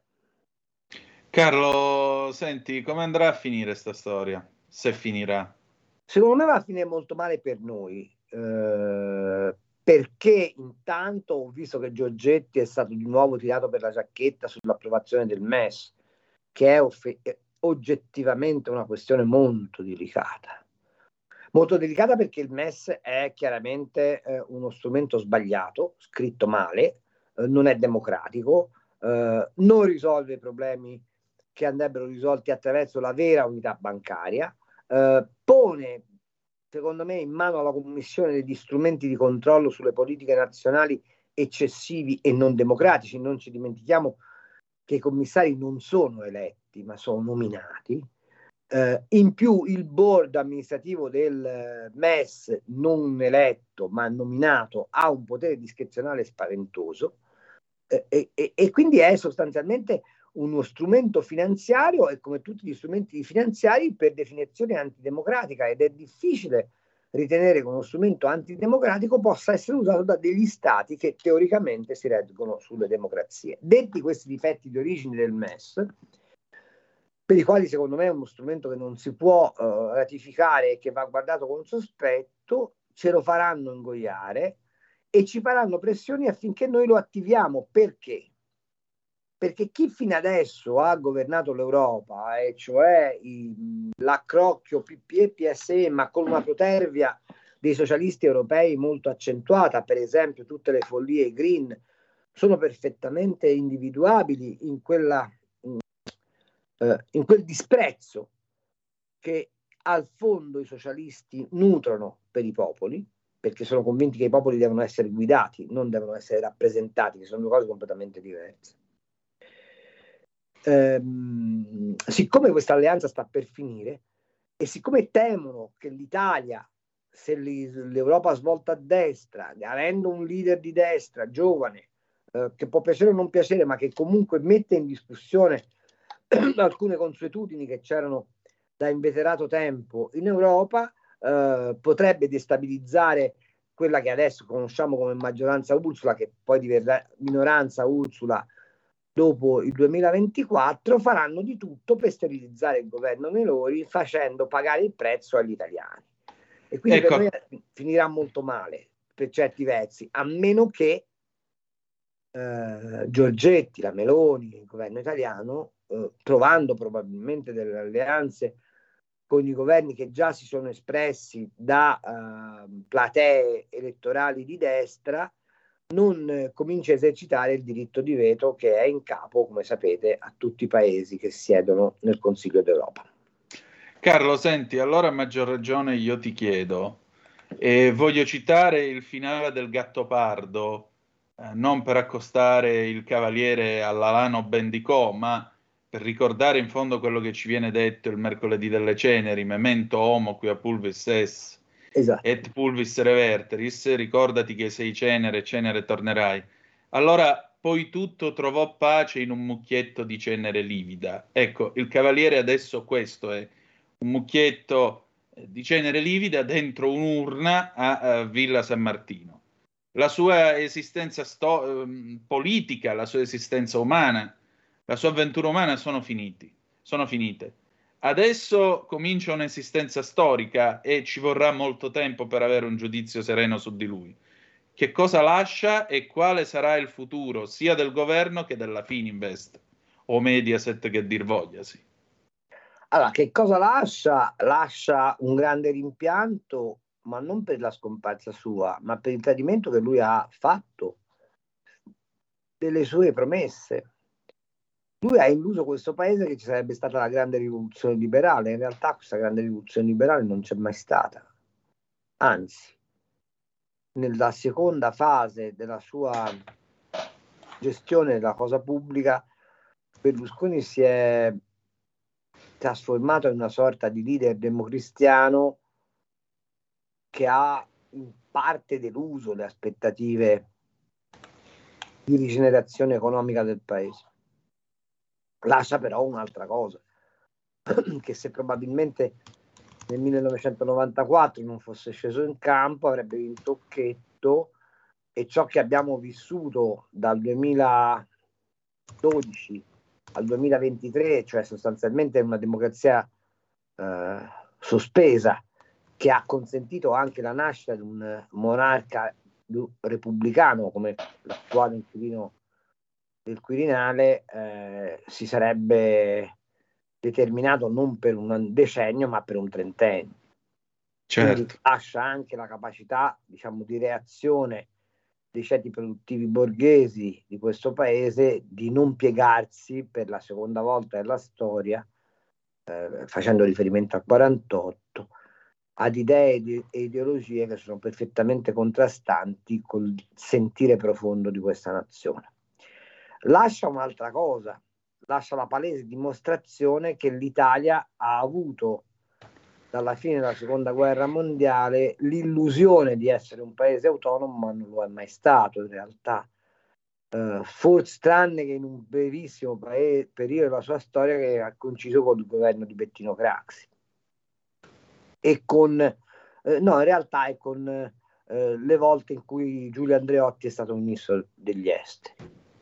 [SPEAKER 3] Carlo, senti, come andrà a finire sta storia? Se finirà.
[SPEAKER 10] Secondo me va a finire molto male per noi, eh, perché intanto ho visto che Giorgetti è stato di nuovo tirato per la giacchetta sull'approvazione del M E S, che è off- oggettivamente una questione molto delicata. Molto delicata perché il M E S è chiaramente eh, uno strumento sbagliato, scritto male, eh, non è democratico, eh, non risolve i problemi che andrebbero risolti attraverso la vera unità bancaria, eh, pone, secondo me, in mano alla Commissione degli strumenti di controllo sulle politiche nazionali eccessivi e non democratici. Non ci dimentichiamo che i commissari non sono eletti, ma sono nominati. Uh, in più il board amministrativo del M E S, non eletto ma nominato, ha un potere discrezionale spaventoso, uh, e, e, e quindi è sostanzialmente uno strumento finanziario, e come tutti gli strumenti finanziari per definizione antidemocratica, ed è difficile ritenere che uno strumento antidemocratico possa essere usato da degli stati che teoricamente si reggono sulle democrazie. Detti questi difetti di origine del M E S, per i quali secondo me è uno strumento che non si può uh, ratificare e che va guardato con sospetto, ce lo faranno ingoiare e ci faranno pressioni affinché noi lo attiviamo. Perché? Perché chi fino adesso ha governato l'Europa, e cioè i, l'accrocchio P P E P S E, ma con una protervia dei socialisti europei molto accentuata, per esempio tutte le follie green, sono perfettamente individuabili in quella in quel disprezzo che al fondo i socialisti nutrono per i popoli, perché sono convinti che i popoli devono essere guidati, non devono essere rappresentati, che sono due cose completamente diverse. ehm, siccome questa alleanza sta per finire e siccome temono che l'Italia, se l'Europa svolta a destra, avendo un leader di destra giovane, eh, che può piacere o non piacere, ma che comunque mette in discussione alcune consuetudini che c'erano da inveterato tempo in Europa, eh, potrebbe destabilizzare quella che adesso conosciamo come maggioranza Ursula, che poi diverrà minoranza Ursula dopo il duemilaventiquattro. Faranno di tutto per sterilizzare il governo Meloni, facendo pagare il prezzo agli italiani. E quindi ecco, per noi finirà molto male per certi versi, a meno che eh, Giorgetti, la Meloni, il governo italiano, eh, trovando probabilmente delle alleanze con i governi che già si sono espressi da uh, platee elettorali di destra, non eh, comincia a esercitare il diritto di veto che è in capo, come sapete, a tutti i paesi che siedono nel Consiglio d'Europa.
[SPEAKER 3] Carlo, senti, allora a maggior ragione io ti chiedo, e voglio citare il finale del Gattopardo, eh, non per accostare il cavaliere all'Alano Bendicò, ma per ricordare in fondo quello che ci viene detto il mercoledì delle ceneri, memento homo quia pulvis es, esatto. Et pulvis reverteris, ricordati che sei cenere e cenere tornerai. Allora, poi tutto trovò pace in un mucchietto di cenere livida. Ecco, il cavaliere adesso questo è, un mucchietto di cenere livida dentro un'urna a, a Villa San Martino. La sua esistenza sto- politica, la sua esistenza umana, la sua avventura umana sono finiti, sono finite. Adesso comincia un'esistenza storica e ci vorrà molto tempo per avere un giudizio sereno su di lui. Che cosa lascia e quale sarà il futuro sia del governo che della Fininvest o Mediaset, che dir vogliasi?
[SPEAKER 10] Allora, che cosa lascia? Lascia un grande rimpianto, ma non per la scomparsa sua, ma per il tradimento che lui ha fatto delle sue promesse. Lui ha illuso questo paese che ci sarebbe stata la grande rivoluzione liberale. In realtà questa grande rivoluzione liberale non c'è mai stata. Anzi, nella seconda fase della sua gestione della cosa pubblica, Berlusconi si è trasformato in una sorta di leader democristiano che ha in parte deluso le aspettative di rigenerazione economica del paese. Lascia però un'altra cosa, che se probabilmente nel millenovecentonovantaquattro non fosse sceso in campo avrebbe vinto Occhetto, e ciò che abbiamo vissuto dal duemiladodici al duemilaventitré, cioè sostanzialmente una democrazia eh, sospesa, che ha consentito anche la nascita di un monarca repubblicano come l'attuale inquilino del Quirinale, eh, si sarebbe determinato non per un decennio ma per un trentennio.
[SPEAKER 3] Certo.
[SPEAKER 10] Quindi lascia anche la capacità, diciamo, di reazione dei ceti produttivi borghesi di questo paese di non piegarsi per la seconda volta nella storia, eh, facendo riferimento al quarantotto, ad idee e ideologie che sono perfettamente contrastanti col sentire profondo di questa nazione. Lascia un'altra cosa, lascia la palese dimostrazione che l'Italia ha avuto dalla fine della seconda guerra mondiale l'illusione di essere un paese autonomo, ma non lo è mai stato in realtà, uh, forse tranne che in un brevissimo paese, periodo della sua storia che ha coinciso con il governo di Bettino Craxi e con eh, no in realtà è con eh, le volte in cui Giulio Andreotti è stato ministro degli esteri.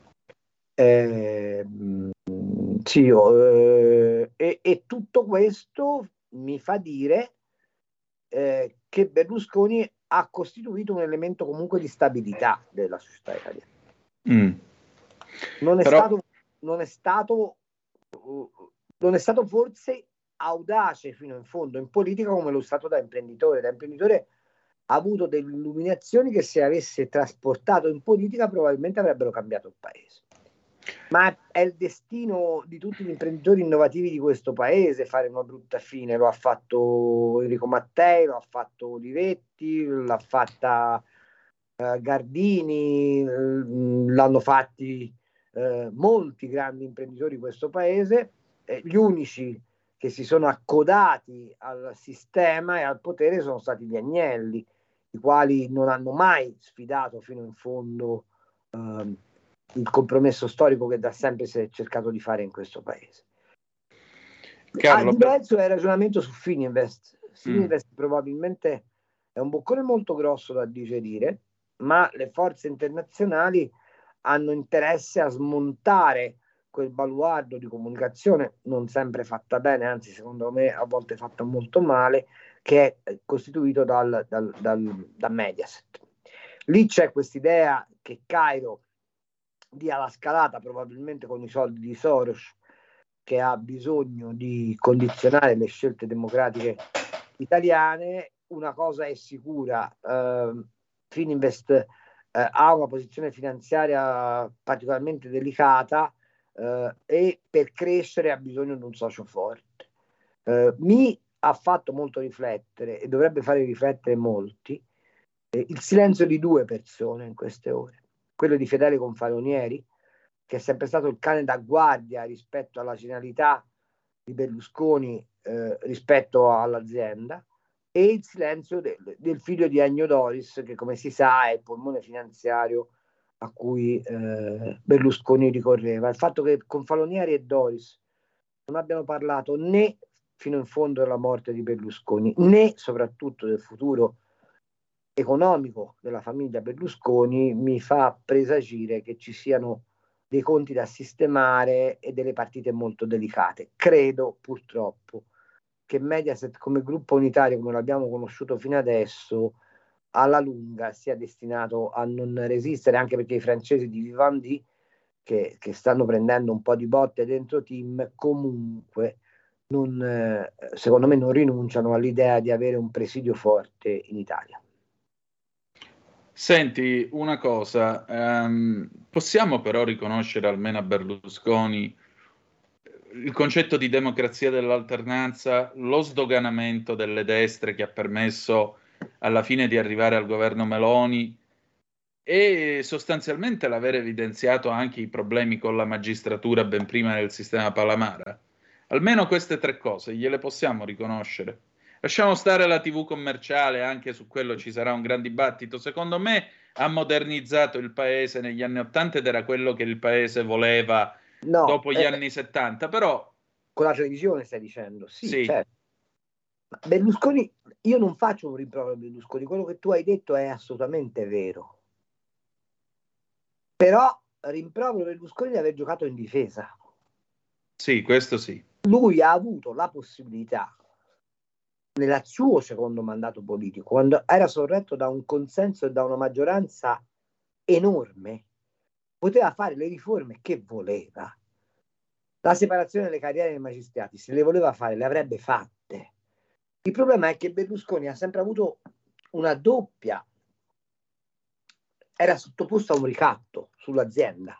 [SPEAKER 10] Eh, sì, eh, e, e tutto questo mi fa dire eh, che Berlusconi ha costituito un elemento comunque di stabilità della società italiana. Mm. Non è Però... stato, non è stato, uh, non è stato forse audace fino in fondo in politica come lo stato da imprenditore. Da imprenditore ha avuto delle illuminazioni che se avesse trasportato in politica probabilmente avrebbero cambiato il paese. Ma è il destino di tutti gli imprenditori innovativi di questo paese fare una brutta fine. Lo ha fatto Enrico Mattei, lo ha fatto Olivetti, l'ha fatta uh, Gardini, uh, l'hanno fatti eh, molti grandi imprenditori di questo paese, eh, gli unici che si sono accodati al sistema e al potere sono stati gli Agnelli, i quali non hanno mai sfidato fino in fondo eh, il compromesso storico che da sempre si è cercato di fare in questo paese.
[SPEAKER 3] Carlo,
[SPEAKER 10] A diverso è il ragionamento su Fininvest. Fininvest mm. probabilmente è un boccone molto grosso da digerire, ma le forze internazionali hanno interesse a smontare quel baluardo di comunicazione, non sempre fatta bene, anzi secondo me a volte fatta molto male, che è costituito dal, dal, dal, da Mediaset. Lì c'è quest'idea che Cairo dia la scalata, probabilmente con i soldi di Soros, che ha bisogno di condizionare le scelte democratiche italiane. Una cosa è sicura, eh, Fininvest eh, ha una posizione finanziaria particolarmente delicata, Uh, e per crescere ha bisogno di un socio forte. Uh, mi ha fatto molto riflettere, e dovrebbe fare riflettere molti, eh, il silenzio di due persone in queste ore, quello di Fedele Confalonieri, che è sempre stato il cane da guardia rispetto alla genialità di Berlusconi eh, rispetto all'azienda, e il silenzio de- del figlio di Ennio Doris, che come si sa è il polmone finanziario a cui eh, Berlusconi ricorreva. Il fatto che Confalonieri e Doris non abbiano parlato né fino in fondo della morte di Berlusconi, né soprattutto del futuro economico della famiglia Berlusconi, mi fa presagire che ci siano dei conti da sistemare e delle partite molto delicate. Credo purtroppo che Mediaset come gruppo unitario, come l'abbiamo conosciuto fino adesso, alla lunga sia destinato a non resistere, anche perché i francesi di Vivendi, che, che stanno prendendo un po' di botte dentro team, comunque non, eh, secondo me non rinunciano all'idea di avere un presidio forte in Italia.
[SPEAKER 3] Senti, una cosa, um, possiamo però riconoscere almeno a Berlusconi il concetto di democrazia dell'alternanza, lo sdoganamento delle destre che ha permesso alla fine di arrivare al governo Meloni, e sostanzialmente l'aver evidenziato anche i problemi con la magistratura ben prima del sistema Palamara? Almeno queste tre cose gliele possiamo riconoscere. Lasciamo stare la tivù commerciale, anche su quello ci sarà un gran dibattito. Secondo me ha modernizzato il paese negli anni Ottanta ed era quello che il paese voleva no, dopo gli eh, anni settanta, però...
[SPEAKER 10] Con la televisione stai dicendo? Sì,
[SPEAKER 3] sì.
[SPEAKER 10] Certo. Berlusconi, io non faccio un rimprovero a Berlusconi, quello che tu hai detto è assolutamente vero. Però rimprovero Berlusconi di aver giocato in difesa.
[SPEAKER 3] Sì, questo sì.
[SPEAKER 10] Lui ha avuto la possibilità, nel suo secondo mandato politico, quando era sorretto da un consenso e da una maggioranza enorme, poteva fare le riforme che voleva. La separazione delle carriere dei magistrati, se le voleva fare, le avrebbe fatte. Il problema è che Berlusconi ha sempre avuto una doppia, era sottoposto a un ricatto sull'azienda.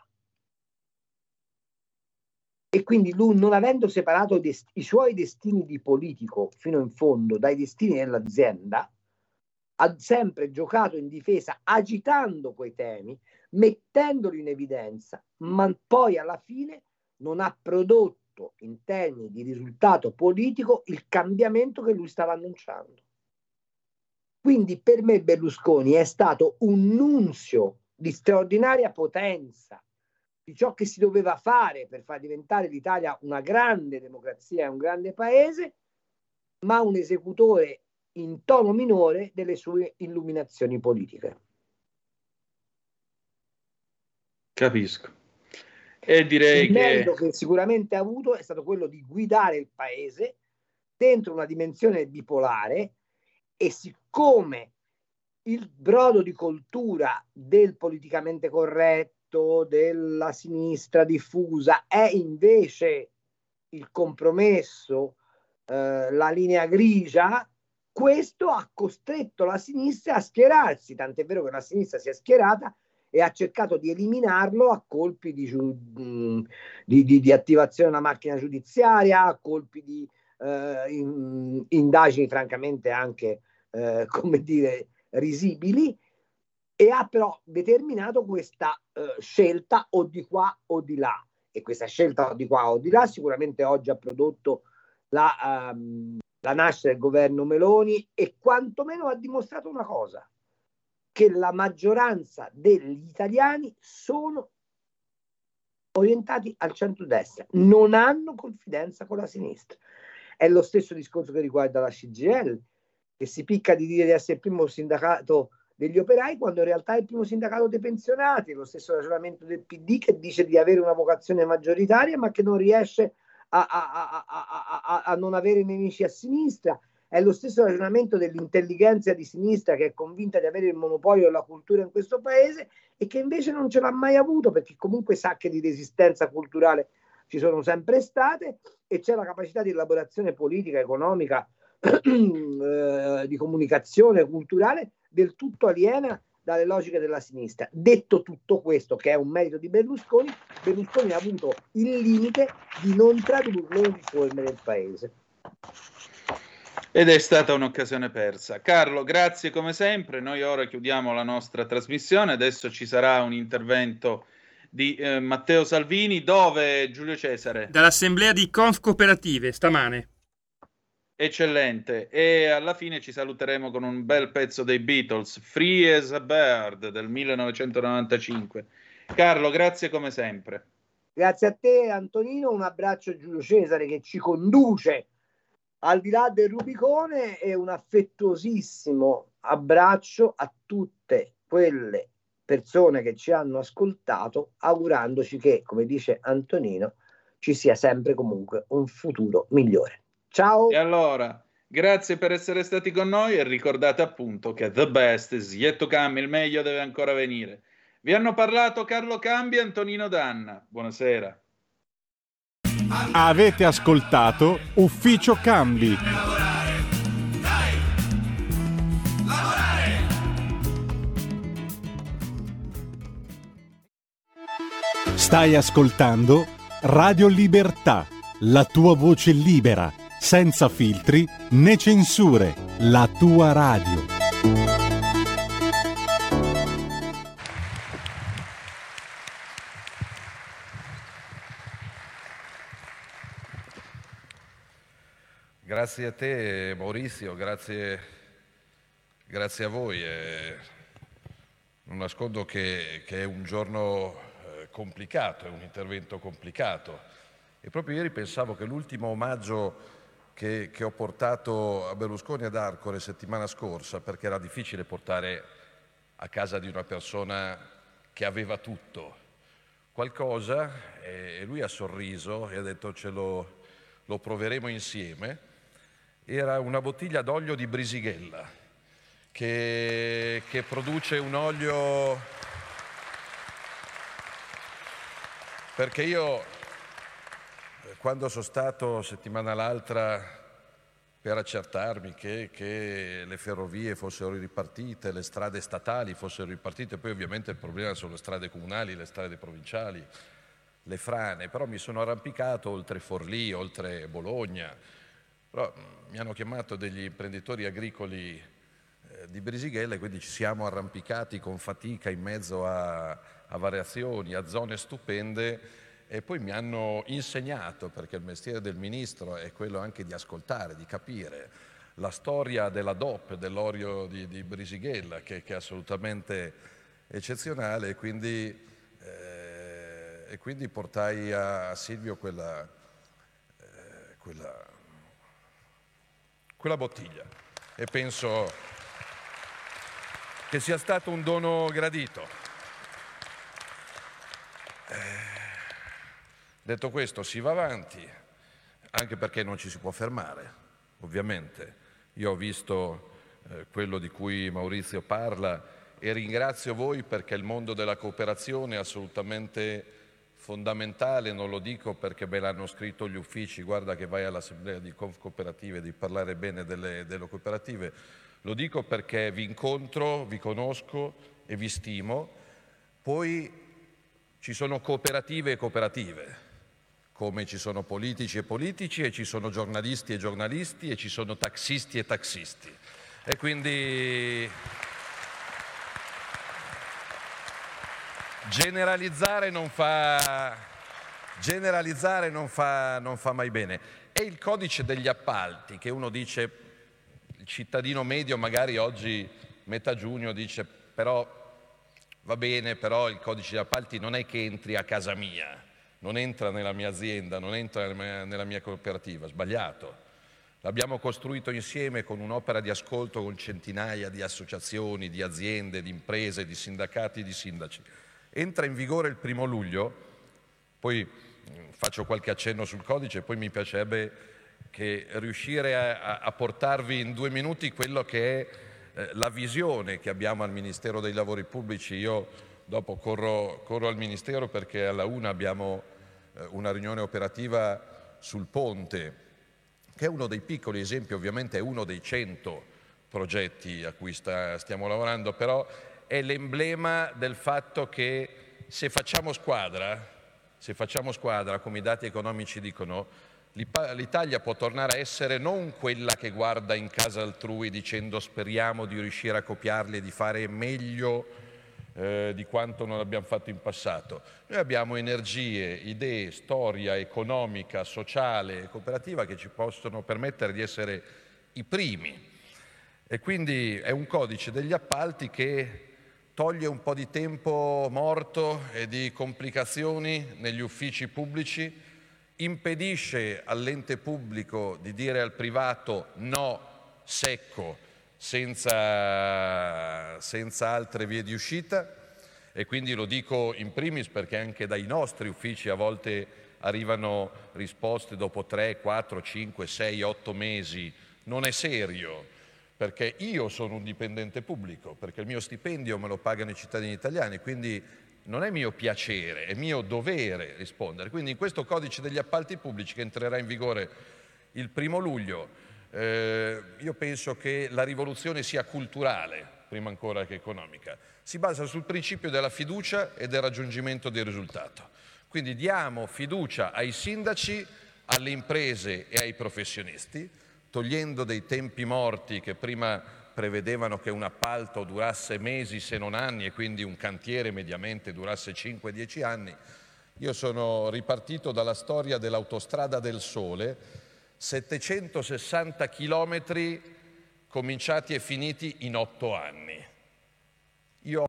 [SPEAKER 10] E quindi lui, non avendo separato dest- i suoi destini di politico fino in fondo dai destini dell'azienda, ha sempre giocato in difesa, agitando quei temi, mettendoli in evidenza, ma poi alla fine non ha prodotto in termini di risultato politico il cambiamento che lui stava annunciando. Quindi per me Berlusconi è stato un nunzio di straordinaria potenza di ciò che si doveva fare per far diventare l'Italia una grande democrazia e un grande paese, ma un esecutore in tono minore delle sue illuminazioni politiche.
[SPEAKER 3] Capisco. E direi
[SPEAKER 10] il merito
[SPEAKER 3] che...
[SPEAKER 10] che sicuramente ha avuto è stato quello di guidare il paese dentro una dimensione bipolare, e siccome il brodo di coltura del politicamente corretto, della sinistra diffusa, è invece il compromesso, eh, la linea grigia, questo ha costretto la sinistra a schierarsi, tant'è vero che la sinistra si è schierata e ha cercato di eliminarlo a colpi di, di, di, di attivazione della macchina giudiziaria, a colpi di eh, in, indagini francamente anche, eh, come dire, risibili, e ha però determinato questa eh, scelta o di qua o di là, e questa scelta o di qua o di là sicuramente oggi ha prodotto la, um, la nascita del governo Meloni, e quantomeno ha dimostrato una cosa, che la maggioranza degli italiani sono orientati al centrodestra, non hanno confidenza con la sinistra. È lo stesso discorso che riguarda la C G I L, che si picca di dire di essere il primo sindacato degli operai quando in realtà è il primo sindacato dei pensionati. È lo stesso ragionamento del P D, che dice di avere una vocazione maggioritaria ma che non riesce a, a, a, a, a, a non avere nemici a sinistra. È lo stesso ragionamento dell'intelligenza di sinistra, che è convinta di avere il monopolio della cultura in questo paese e che invece non ce l'ha mai avuto, perché comunque sa che di resistenza culturale ci sono sempre state, e c'è la capacità di elaborazione politica, economica, eh, di comunicazione culturale del tutto aliena dalle logiche della sinistra. Detto tutto questo, che è un merito di Berlusconi, Berlusconi ha avuto il limite di non tradurlo in riforme del paese.
[SPEAKER 3] Ed è stata un'occasione persa. Carlo, grazie come sempre. Noi ora chiudiamo la nostra trasmissione. Adesso ci sarà un intervento di eh, Matteo Salvini. Dove, Giulio Cesare?
[SPEAKER 2] Dall'assemblea di Confcooperative, stamane.
[SPEAKER 3] Eccellente. E alla fine ci saluteremo con un bel pezzo dei Beatles, Free as a Bird del millenovecentonovantacinque. Carlo, grazie come sempre.
[SPEAKER 10] Grazie a te, Antonino. Un abbraccio a Giulio Cesare, che ci conduce al di là del Rubicone, e un affettuosissimo abbraccio a tutte quelle persone che ci hanno ascoltato, augurandoci che, come dice Antonino, ci sia sempre comunque un futuro migliore. Ciao!
[SPEAKER 3] E allora, grazie per essere stati con noi, e ricordate appunto che the best is yet to come, il meglio deve ancora venire. Vi hanno parlato Carlo Cambi e Antonino Danna. Buonasera.
[SPEAKER 1] Avete ascoltato Ufficio Cambi. Stai ascoltando Radio Libertà, la tua voce libera, senza filtri né censure, la tua radio.
[SPEAKER 11] Grazie a te Maurizio, grazie, grazie a voi. Eh, non nascondo che, che è un giorno eh, complicato, è un intervento complicato, e proprio ieri pensavo che l'ultimo omaggio che, che ho portato a Berlusconi ad Arcore settimana scorsa, perché era difficile portare a casa di una persona che aveva tutto qualcosa, e lui ha sorriso e ha detto ce lo, lo proveremo insieme. Era una bottiglia d'olio di Brisighella che, che produce un olio, perché io quando sono stato settimana l'altra per accertarmi che, che le ferrovie fossero ripartite, le strade statali fossero ripartite, poi ovviamente il problema sono le strade comunali, le strade provinciali, le frane, però mi sono arrampicato oltre Forlì, oltre Bologna. Però mi hanno chiamato degli imprenditori agricoli eh, di Brisighella, e quindi ci siamo arrampicati con fatica in mezzo a, a variazioni, a zone stupende, e poi mi hanno insegnato, perché il mestiere del ministro è quello anche di ascoltare, di capire la storia della D O P, dell'olio di, di Brisighella, che, che è assolutamente eccezionale, e quindi, eh, e quindi portai a, a Silvio quella... Eh, quella quella bottiglia, e penso che sia stato un dono gradito. Eh, detto questo, si va avanti, anche perché non ci si può fermare, ovviamente. Io ho visto eh, quello di cui Maurizio parla, e ringrazio voi, perché il mondo della cooperazione è assolutamente fondamentale. Non lo dico perché me l'hanno scritto gli uffici, guarda che vai all'assemblea di Confcooperative di parlare bene delle, delle cooperative, lo dico perché vi incontro, vi conosco e vi stimo. Poi ci sono cooperative e cooperative, come ci sono politici e politici, e ci sono giornalisti e giornalisti, e ci sono taxisti e taxisti, e quindi generalizzare non fa, generalizzare non fa, non fa mai bene. E il codice degli appalti, che uno dice, il cittadino medio magari oggi, metà giugno, dice però va bene, però il codice degli appalti non è che entri a casa mia, non entra nella mia azienda, non entra nella mia, nella mia cooperativa, sbagliato. L'abbiamo costruito insieme con un'opera di ascolto con centinaia di associazioni, di aziende, di imprese, di sindacati, di sindaci. Entra in vigore il primo luglio, poi faccio qualche accenno sul codice, poi mi piacerebbe che riuscire a, a portarvi in due minuti quello che è eh, la visione che abbiamo al Ministero dei Lavori Pubblici. Io dopo corro, corro al Ministero perché alla una abbiamo eh, una riunione operativa sul ponte, che è uno dei piccoli esempi, ovviamente è uno dei cento progetti a cui sta, stiamo lavorando, però è l'emblema del fatto che se facciamo squadra, se facciamo squadra, come i dati economici dicono, l'Italia può tornare a essere non quella che guarda in casa altrui dicendo speriamo di riuscire a copiarli e di fare meglio eh, di quanto non abbiamo fatto in passato. Noi abbiamo energie, idee, storia economica, sociale, cooperativa che ci possono permettere di essere i primi. E quindi è un codice degli appalti che toglie un po' di tempo morto e di complicazioni negli uffici pubblici, impedisce all'ente pubblico di dire al privato no secco senza, senza altre vie di uscita, e quindi lo dico in primis perché anche dai nostri uffici a volte arrivano risposte dopo tre, quattro, cinque, sei, otto mesi. Non è serio, perché io sono un dipendente pubblico, perché il mio stipendio me lo pagano i cittadini italiani, quindi non è mio piacere, è mio dovere rispondere. Quindi in questo codice degli appalti pubblici che entrerà in vigore il primo luglio, eh, io penso che la rivoluzione sia culturale, prima ancora che economica. Si basa sul principio della fiducia e del raggiungimento del risultato. Quindi diamo fiducia ai sindaci, alle imprese e ai professionisti, togliendo dei tempi morti che prima prevedevano che un appalto durasse mesi se non anni e quindi un cantiere mediamente durasse cinque dieci anni. Io sono ripartito dalla storia dell'Autostrada del Sole, settecentosessanta chilometri cominciati e finiti in otto anni. Io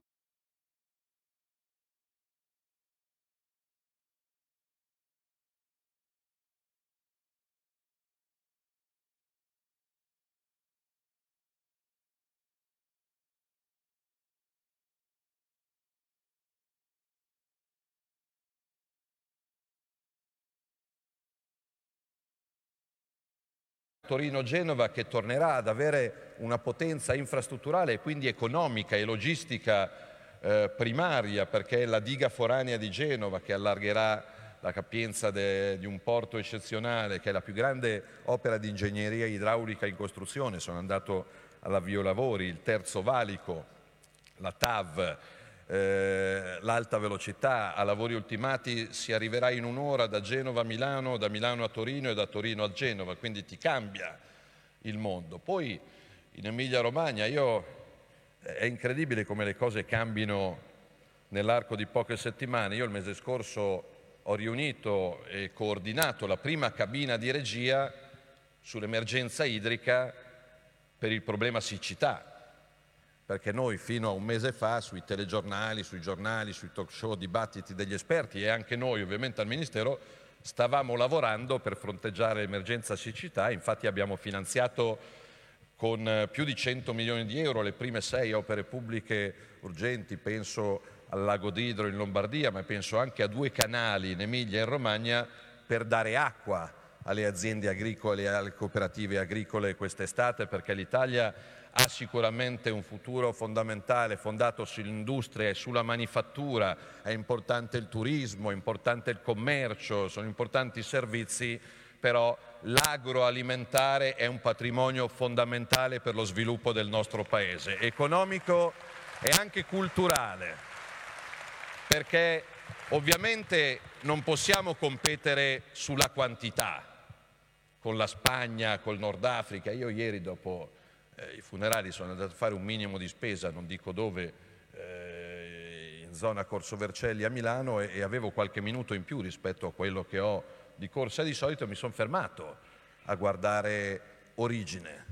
[SPEAKER 11] Torino-Genova, che tornerà ad avere una potenza infrastrutturale e quindi economica e logistica eh, primaria, perché è la diga foranea di Genova che allargherà la capienza de, di un porto eccezionale, che è la più grande opera di ingegneria idraulica in costruzione. Sono andato all'avvio lavori, il terzo valico, la T A V, eh, l'alta velocità a lavori ultimati, si arriverà in un'ora da Genova a Milano, da Milano a Torino e da Torino a Genova, quindi ti cambia il mondo. Poi in Emilia-Romagna io, è incredibile come le cose cambino nell'arco di poche settimane. Io il mese scorso ho riunito e coordinato la prima cabina di regia sull'emergenza idrica per il problema siccità, perché noi fino a un mese fa sui telegiornali, sui giornali, sui talk show, dibattiti degli esperti e anche noi ovviamente al Ministero stavamo lavorando per fronteggiare l'emergenza siccità. Infatti abbiamo finanziato con più di cento milioni di euro le prime sei opere pubbliche urgenti, penso al Lago d'Idro in Lombardia, ma penso anche a due canali in Emilia e in Romagna per dare acqua alle aziende agricole e alle cooperative agricole quest'estate, perché l'Italia ha sicuramente un futuro fondamentale fondato sull'industria e sulla manifattura. È importante il turismo, è importante il commercio, sono importanti i servizi, però l'agroalimentare è un patrimonio fondamentale per lo sviluppo del nostro Paese, economico e anche culturale, perché ovviamente non possiamo competere sulla quantità con la Spagna, col Nord Africa. Io ieri dopo eh, i funerali sono andato a fare un minimo di spesa, non dico dove, eh, in zona Corso Vercelli a Milano e, e avevo qualche minuto in più rispetto a quello che ho di corsa di solito, mi sono fermato a guardare Origine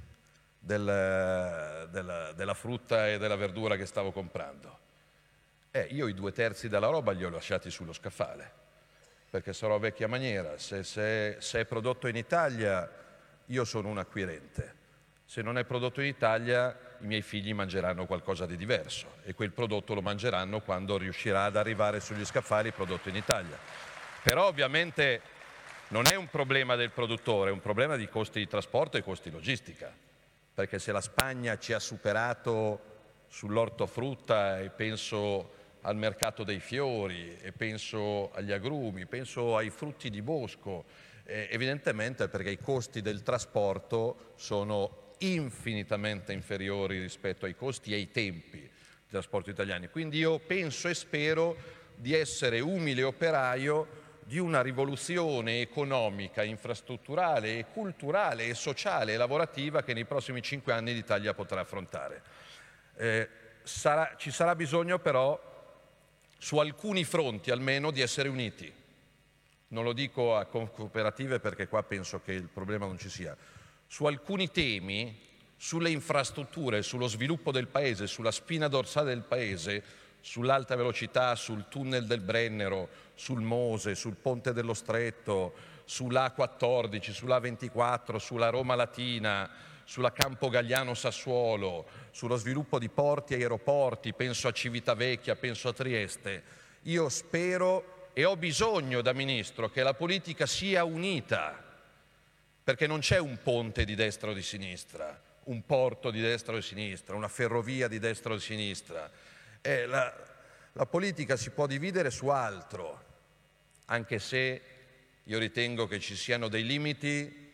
[SPEAKER 11] del, della, della frutta e della verdura che stavo comprando. Eh, io i due terzi della roba li ho lasciati sullo scaffale, perché sarò vecchia maniera. Se, se, se è prodotto in Italia, io sono un acquirente. Se non è prodotto in Italia, i miei figli mangeranno qualcosa di diverso e quel prodotto lo mangeranno quando riuscirà ad arrivare sugli scaffali prodotto in Italia. Però ovviamente non è un problema del produttore, è un problema di costi di trasporto e costi logistica, perché se la Spagna ci ha superato sull'ortofrutta, e penso al mercato dei fiori, e penso agli agrumi, penso ai frutti di bosco, eh, evidentemente perché i costi del trasporto sono infinitamente inferiori rispetto ai costi e ai tempi del trasporto italiani. Quindi io penso e spero di essere umile operaio di una rivoluzione economica, infrastrutturale, e culturale, e sociale e lavorativa che nei prossimi cinque anni l'Italia potrà affrontare. Eh, sarà, ci sarà bisogno però, su alcuni fronti almeno, di essere uniti. Non lo dico a cooperative perché qua penso che il problema non ci sia. Su alcuni temi, sulle infrastrutture, sullo sviluppo del Paese, sulla spina dorsale del Paese, sull'alta velocità, sul tunnel del Brennero, sul Mose, sul ponte dello Stretto, sull'A quattordici, sull'A ventiquattro, sulla Roma Latina, sulla Campo Galliano Sassuolo, sullo sviluppo di porti e aeroporti, penso a Civitavecchia, penso a Trieste. Io spero e ho bisogno da Ministro che la politica sia unita, perché non c'è un ponte di destra o di sinistra, un porto di destra o di sinistra, una ferrovia di destra o di sinistra. Eh, la, la politica si può dividere su altro, anche se io ritengo che ci siano dei limiti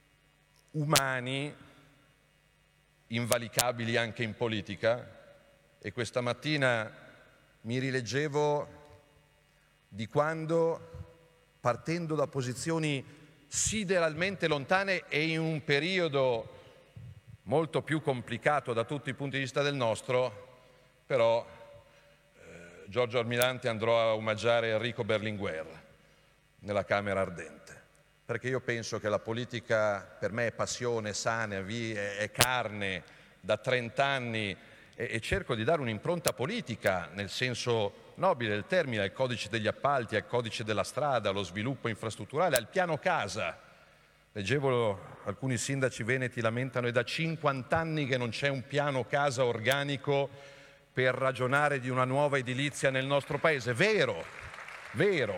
[SPEAKER 11] umani invalicabili anche in politica, e questa mattina mi rileggevo di quando, partendo da posizioni sideralmente lontane e in un periodo molto più complicato da tutti i punti di vista del nostro, però eh, Giorgio Almirante andrò a omaggiare Enrico Berlinguer nella Camera Ardente, perché io penso che la politica per me è passione, sana, è, è carne da trent'anni e, e cerco di dare un'impronta politica nel senso nobile del termine, al codice degli appalti, al codice della strada, allo sviluppo infrastrutturale, al piano casa. Leggevo alcuni sindaci veneti lamentano, è da cinquanta anni che non c'è un piano casa organico per ragionare di una nuova edilizia nel nostro paese. Vero, vero.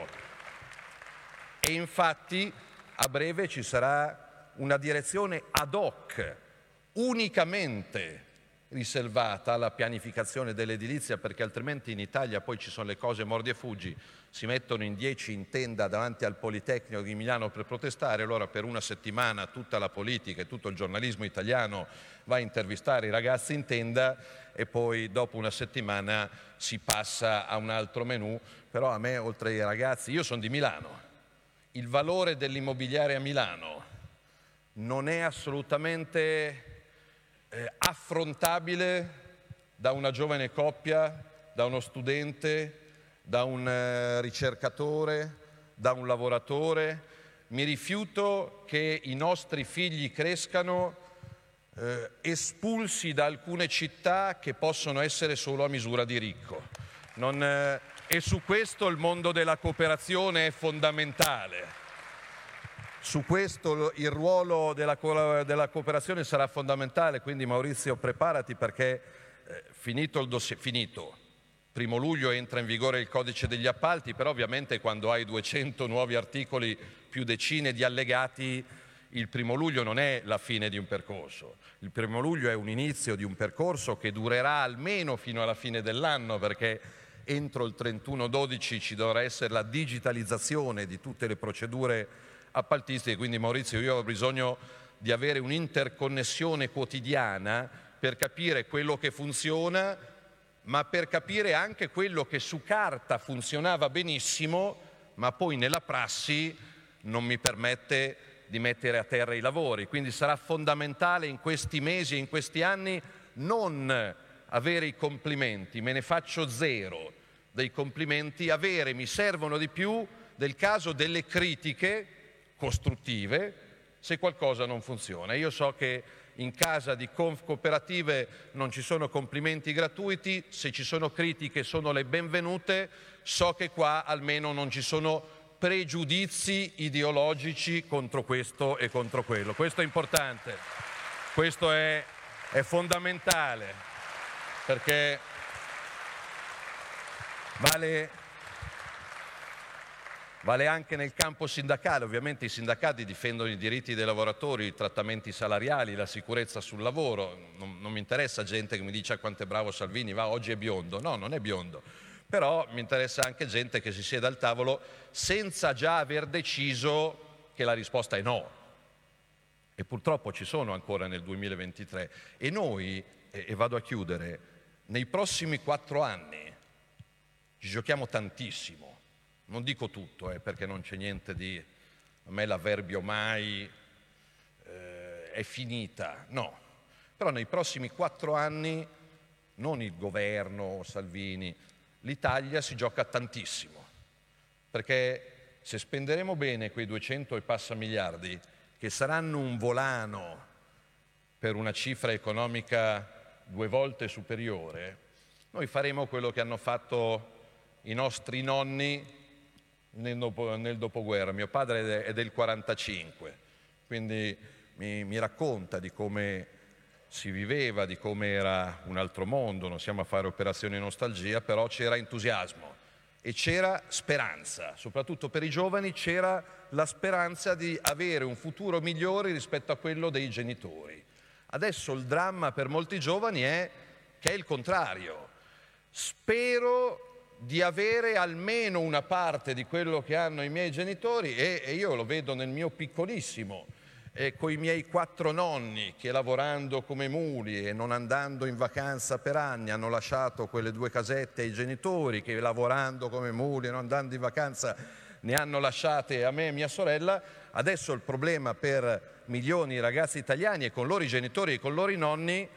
[SPEAKER 11] E infatti a breve ci sarà una direzione ad hoc, unicamente riservata alla pianificazione dell'edilizia, perché altrimenti in Italia poi ci sono le cose mordi e fuggi, si mettono in dieci in tenda davanti al Politecnico di Milano per protestare, allora per una settimana tutta la politica e tutto il giornalismo italiano va a intervistare i ragazzi in tenda e poi dopo una settimana si passa a un altro menù. Però a me, oltre ai ragazzi, io sono di Milano, il valore dell'immobiliare a Milano non è assolutamente Eh, affrontabile da una giovane coppia, da uno studente, da un eh, ricercatore, da un lavoratore. Mi rifiuto che i nostri figli crescano eh, espulsi da alcune città che possono essere solo a misura di ricco. Non, eh, e su questo il mondo della cooperazione è fondamentale. Su questo il ruolo della, co- della cooperazione sarà fondamentale, quindi Maurizio preparati, perché eh, finito il dossier, finito, primo luglio entra in vigore il codice degli appalti, però ovviamente quando hai duecento nuovi articoli più decine di allegati, il primo luglio non è la fine di un percorso, il primo luglio è un inizio di un percorso che durerà almeno fino alla fine dell'anno, perché entro il trentuno dodici ci dovrà essere la digitalizzazione di tutte le procedure appaltistiche. Quindi Maurizio, io ho bisogno di avere un'interconnessione quotidiana per capire quello che funziona, ma per capire anche quello che su carta funzionava benissimo, ma poi nella prassi non mi permette di mettere a terra i lavori. Quindi sarà fondamentale in questi mesi e in questi anni non avere i complimenti, me ne faccio zero dei complimenti, avere, mi servono di più del caso delle critiche costruttive se qualcosa non funziona. Io so che in casa di Conf Cooperative non ci sono complimenti gratuiti, se ci sono critiche sono le benvenute, so che qua almeno non ci sono pregiudizi ideologici contro questo e contro quello. Questo è importante, questo è, è fondamentale, perché vale, vale anche nel campo sindacale. Ovviamente i sindacati difendono i diritti dei lavoratori, i trattamenti salariali, la sicurezza sul lavoro. Non, non mi interessa gente che mi dice ah, quanto è bravo Salvini, va, oggi è biondo. No, non è biondo. Però mi interessa anche gente che si siede al tavolo senza già aver deciso che la risposta è no. E purtroppo ci sono ancora nel duemilaventitré. E noi, e, e vado a chiudere, nei prossimi quattro anni ci giochiamo tantissimo. Non dico tutto, eh, perché non c'è niente di... A me l'avverbio mai eh, è finita, no. Però nei prossimi quattro anni, non il governo Salvini, l'Italia si gioca tantissimo. Perché se spenderemo bene quei duecento e passa miliardi, che saranno un volano per una cifra economica due volte superiore, noi faremo quello che hanno fatto i nostri nonni nel, dopo, nel dopoguerra. Mio padre è del quarantacinque, quindi mi, mi racconta di come si viveva, di come era un altro mondo. Non siamo a fare operazioni nostalgia, però c'era entusiasmo e c'era speranza, soprattutto per i giovani c'era la speranza di avere un futuro migliore rispetto a quello dei genitori. Adesso il dramma per molti giovani è che è il contrario. Spero di avere almeno una parte di quello che hanno i miei genitori e, e io lo vedo nel mio piccolissimo, e coi miei quattro nonni che lavorando come muli e non andando in vacanza per anni hanno lasciato quelle due casette ai genitori, che lavorando come muli e non andando in vacanza ne hanno lasciate a me e mia sorella. Adesso il problema per milioni di ragazzi italiani e con loro i genitori e con loro i nonni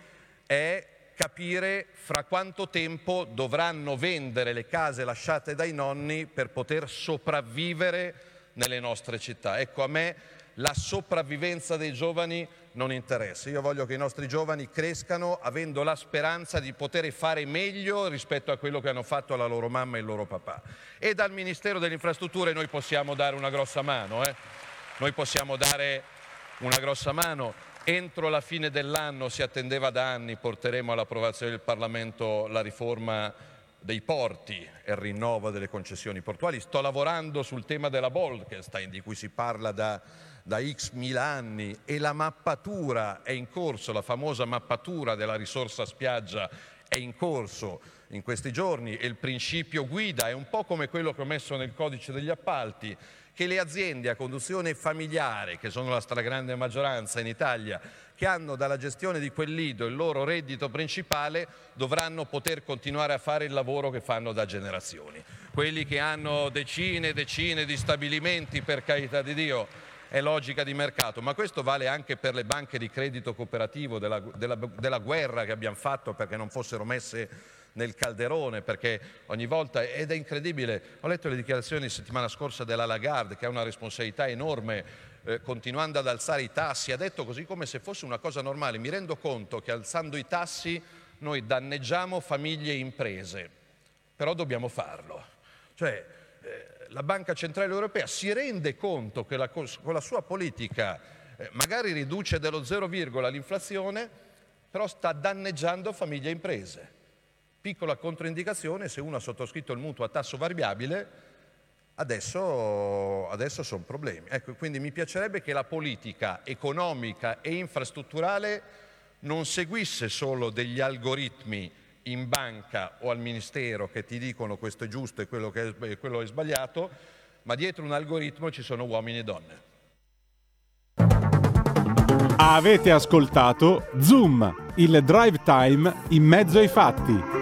[SPEAKER 11] è capire fra quanto tempo dovranno vendere le case lasciate dai nonni per poter sopravvivere nelle nostre città. Ecco, a me la sopravvivenza dei giovani non interessa. Io voglio che i nostri giovani crescano avendo la speranza di poter fare meglio rispetto a quello che hanno fatto alla loro mamma e il loro papà. E dal Ministero delle Infrastrutture noi possiamo dare una grossa mano, eh? Noi possiamo dare una grossa mano. Entro la fine dell'anno, si attendeva da anni, porteremo all'approvazione del Parlamento la riforma dei porti e il rinnovo delle concessioni portuali. Sto lavorando sul tema della Bolkestein, di cui si parla da, da X mila anni, e la mappatura è in corso, la famosa mappatura della risorsa spiaggia è in corso in questi giorni e il principio guida è un po' come quello che ho messo nel codice degli appalti, che le aziende a conduzione familiare, che sono la stragrande maggioranza in Italia, che hanno dalla gestione di quel lido il loro reddito principale, dovranno poter continuare a fare il lavoro che fanno da generazioni. Quelli che hanno decine e decine di stabilimenti, per carità di Dio, è logica di mercato, ma questo vale anche per le banche di credito cooperativo della, della, della guerra che abbiamo fatto perché non fossero messe nel calderone, perché ogni volta, ed è incredibile, ho letto le dichiarazioni settimana scorsa della Lagarde che ha una responsabilità enorme eh, continuando ad alzare i tassi, ha detto così come se fosse una cosa normale. Mi rendo conto che alzando i tassi noi danneggiamo famiglie e imprese, però dobbiamo farlo. Cioè eh, la Banca Centrale Europea si rende conto che la, con la sua politica eh, magari riduce dello zero, l'inflazione, però sta danneggiando famiglie e imprese. Piccola controindicazione: se uno ha sottoscritto il mutuo a tasso variabile, adesso, adesso sono problemi. Ecco, quindi mi piacerebbe che la politica economica e infrastrutturale non seguisse solo degli algoritmi in banca o al ministero che ti dicono questo è giusto e quello, che è, quello è sbagliato, ma dietro un algoritmo ci sono uomini e donne.
[SPEAKER 1] Avete ascoltato Zoom, il drive time in mezzo ai fatti.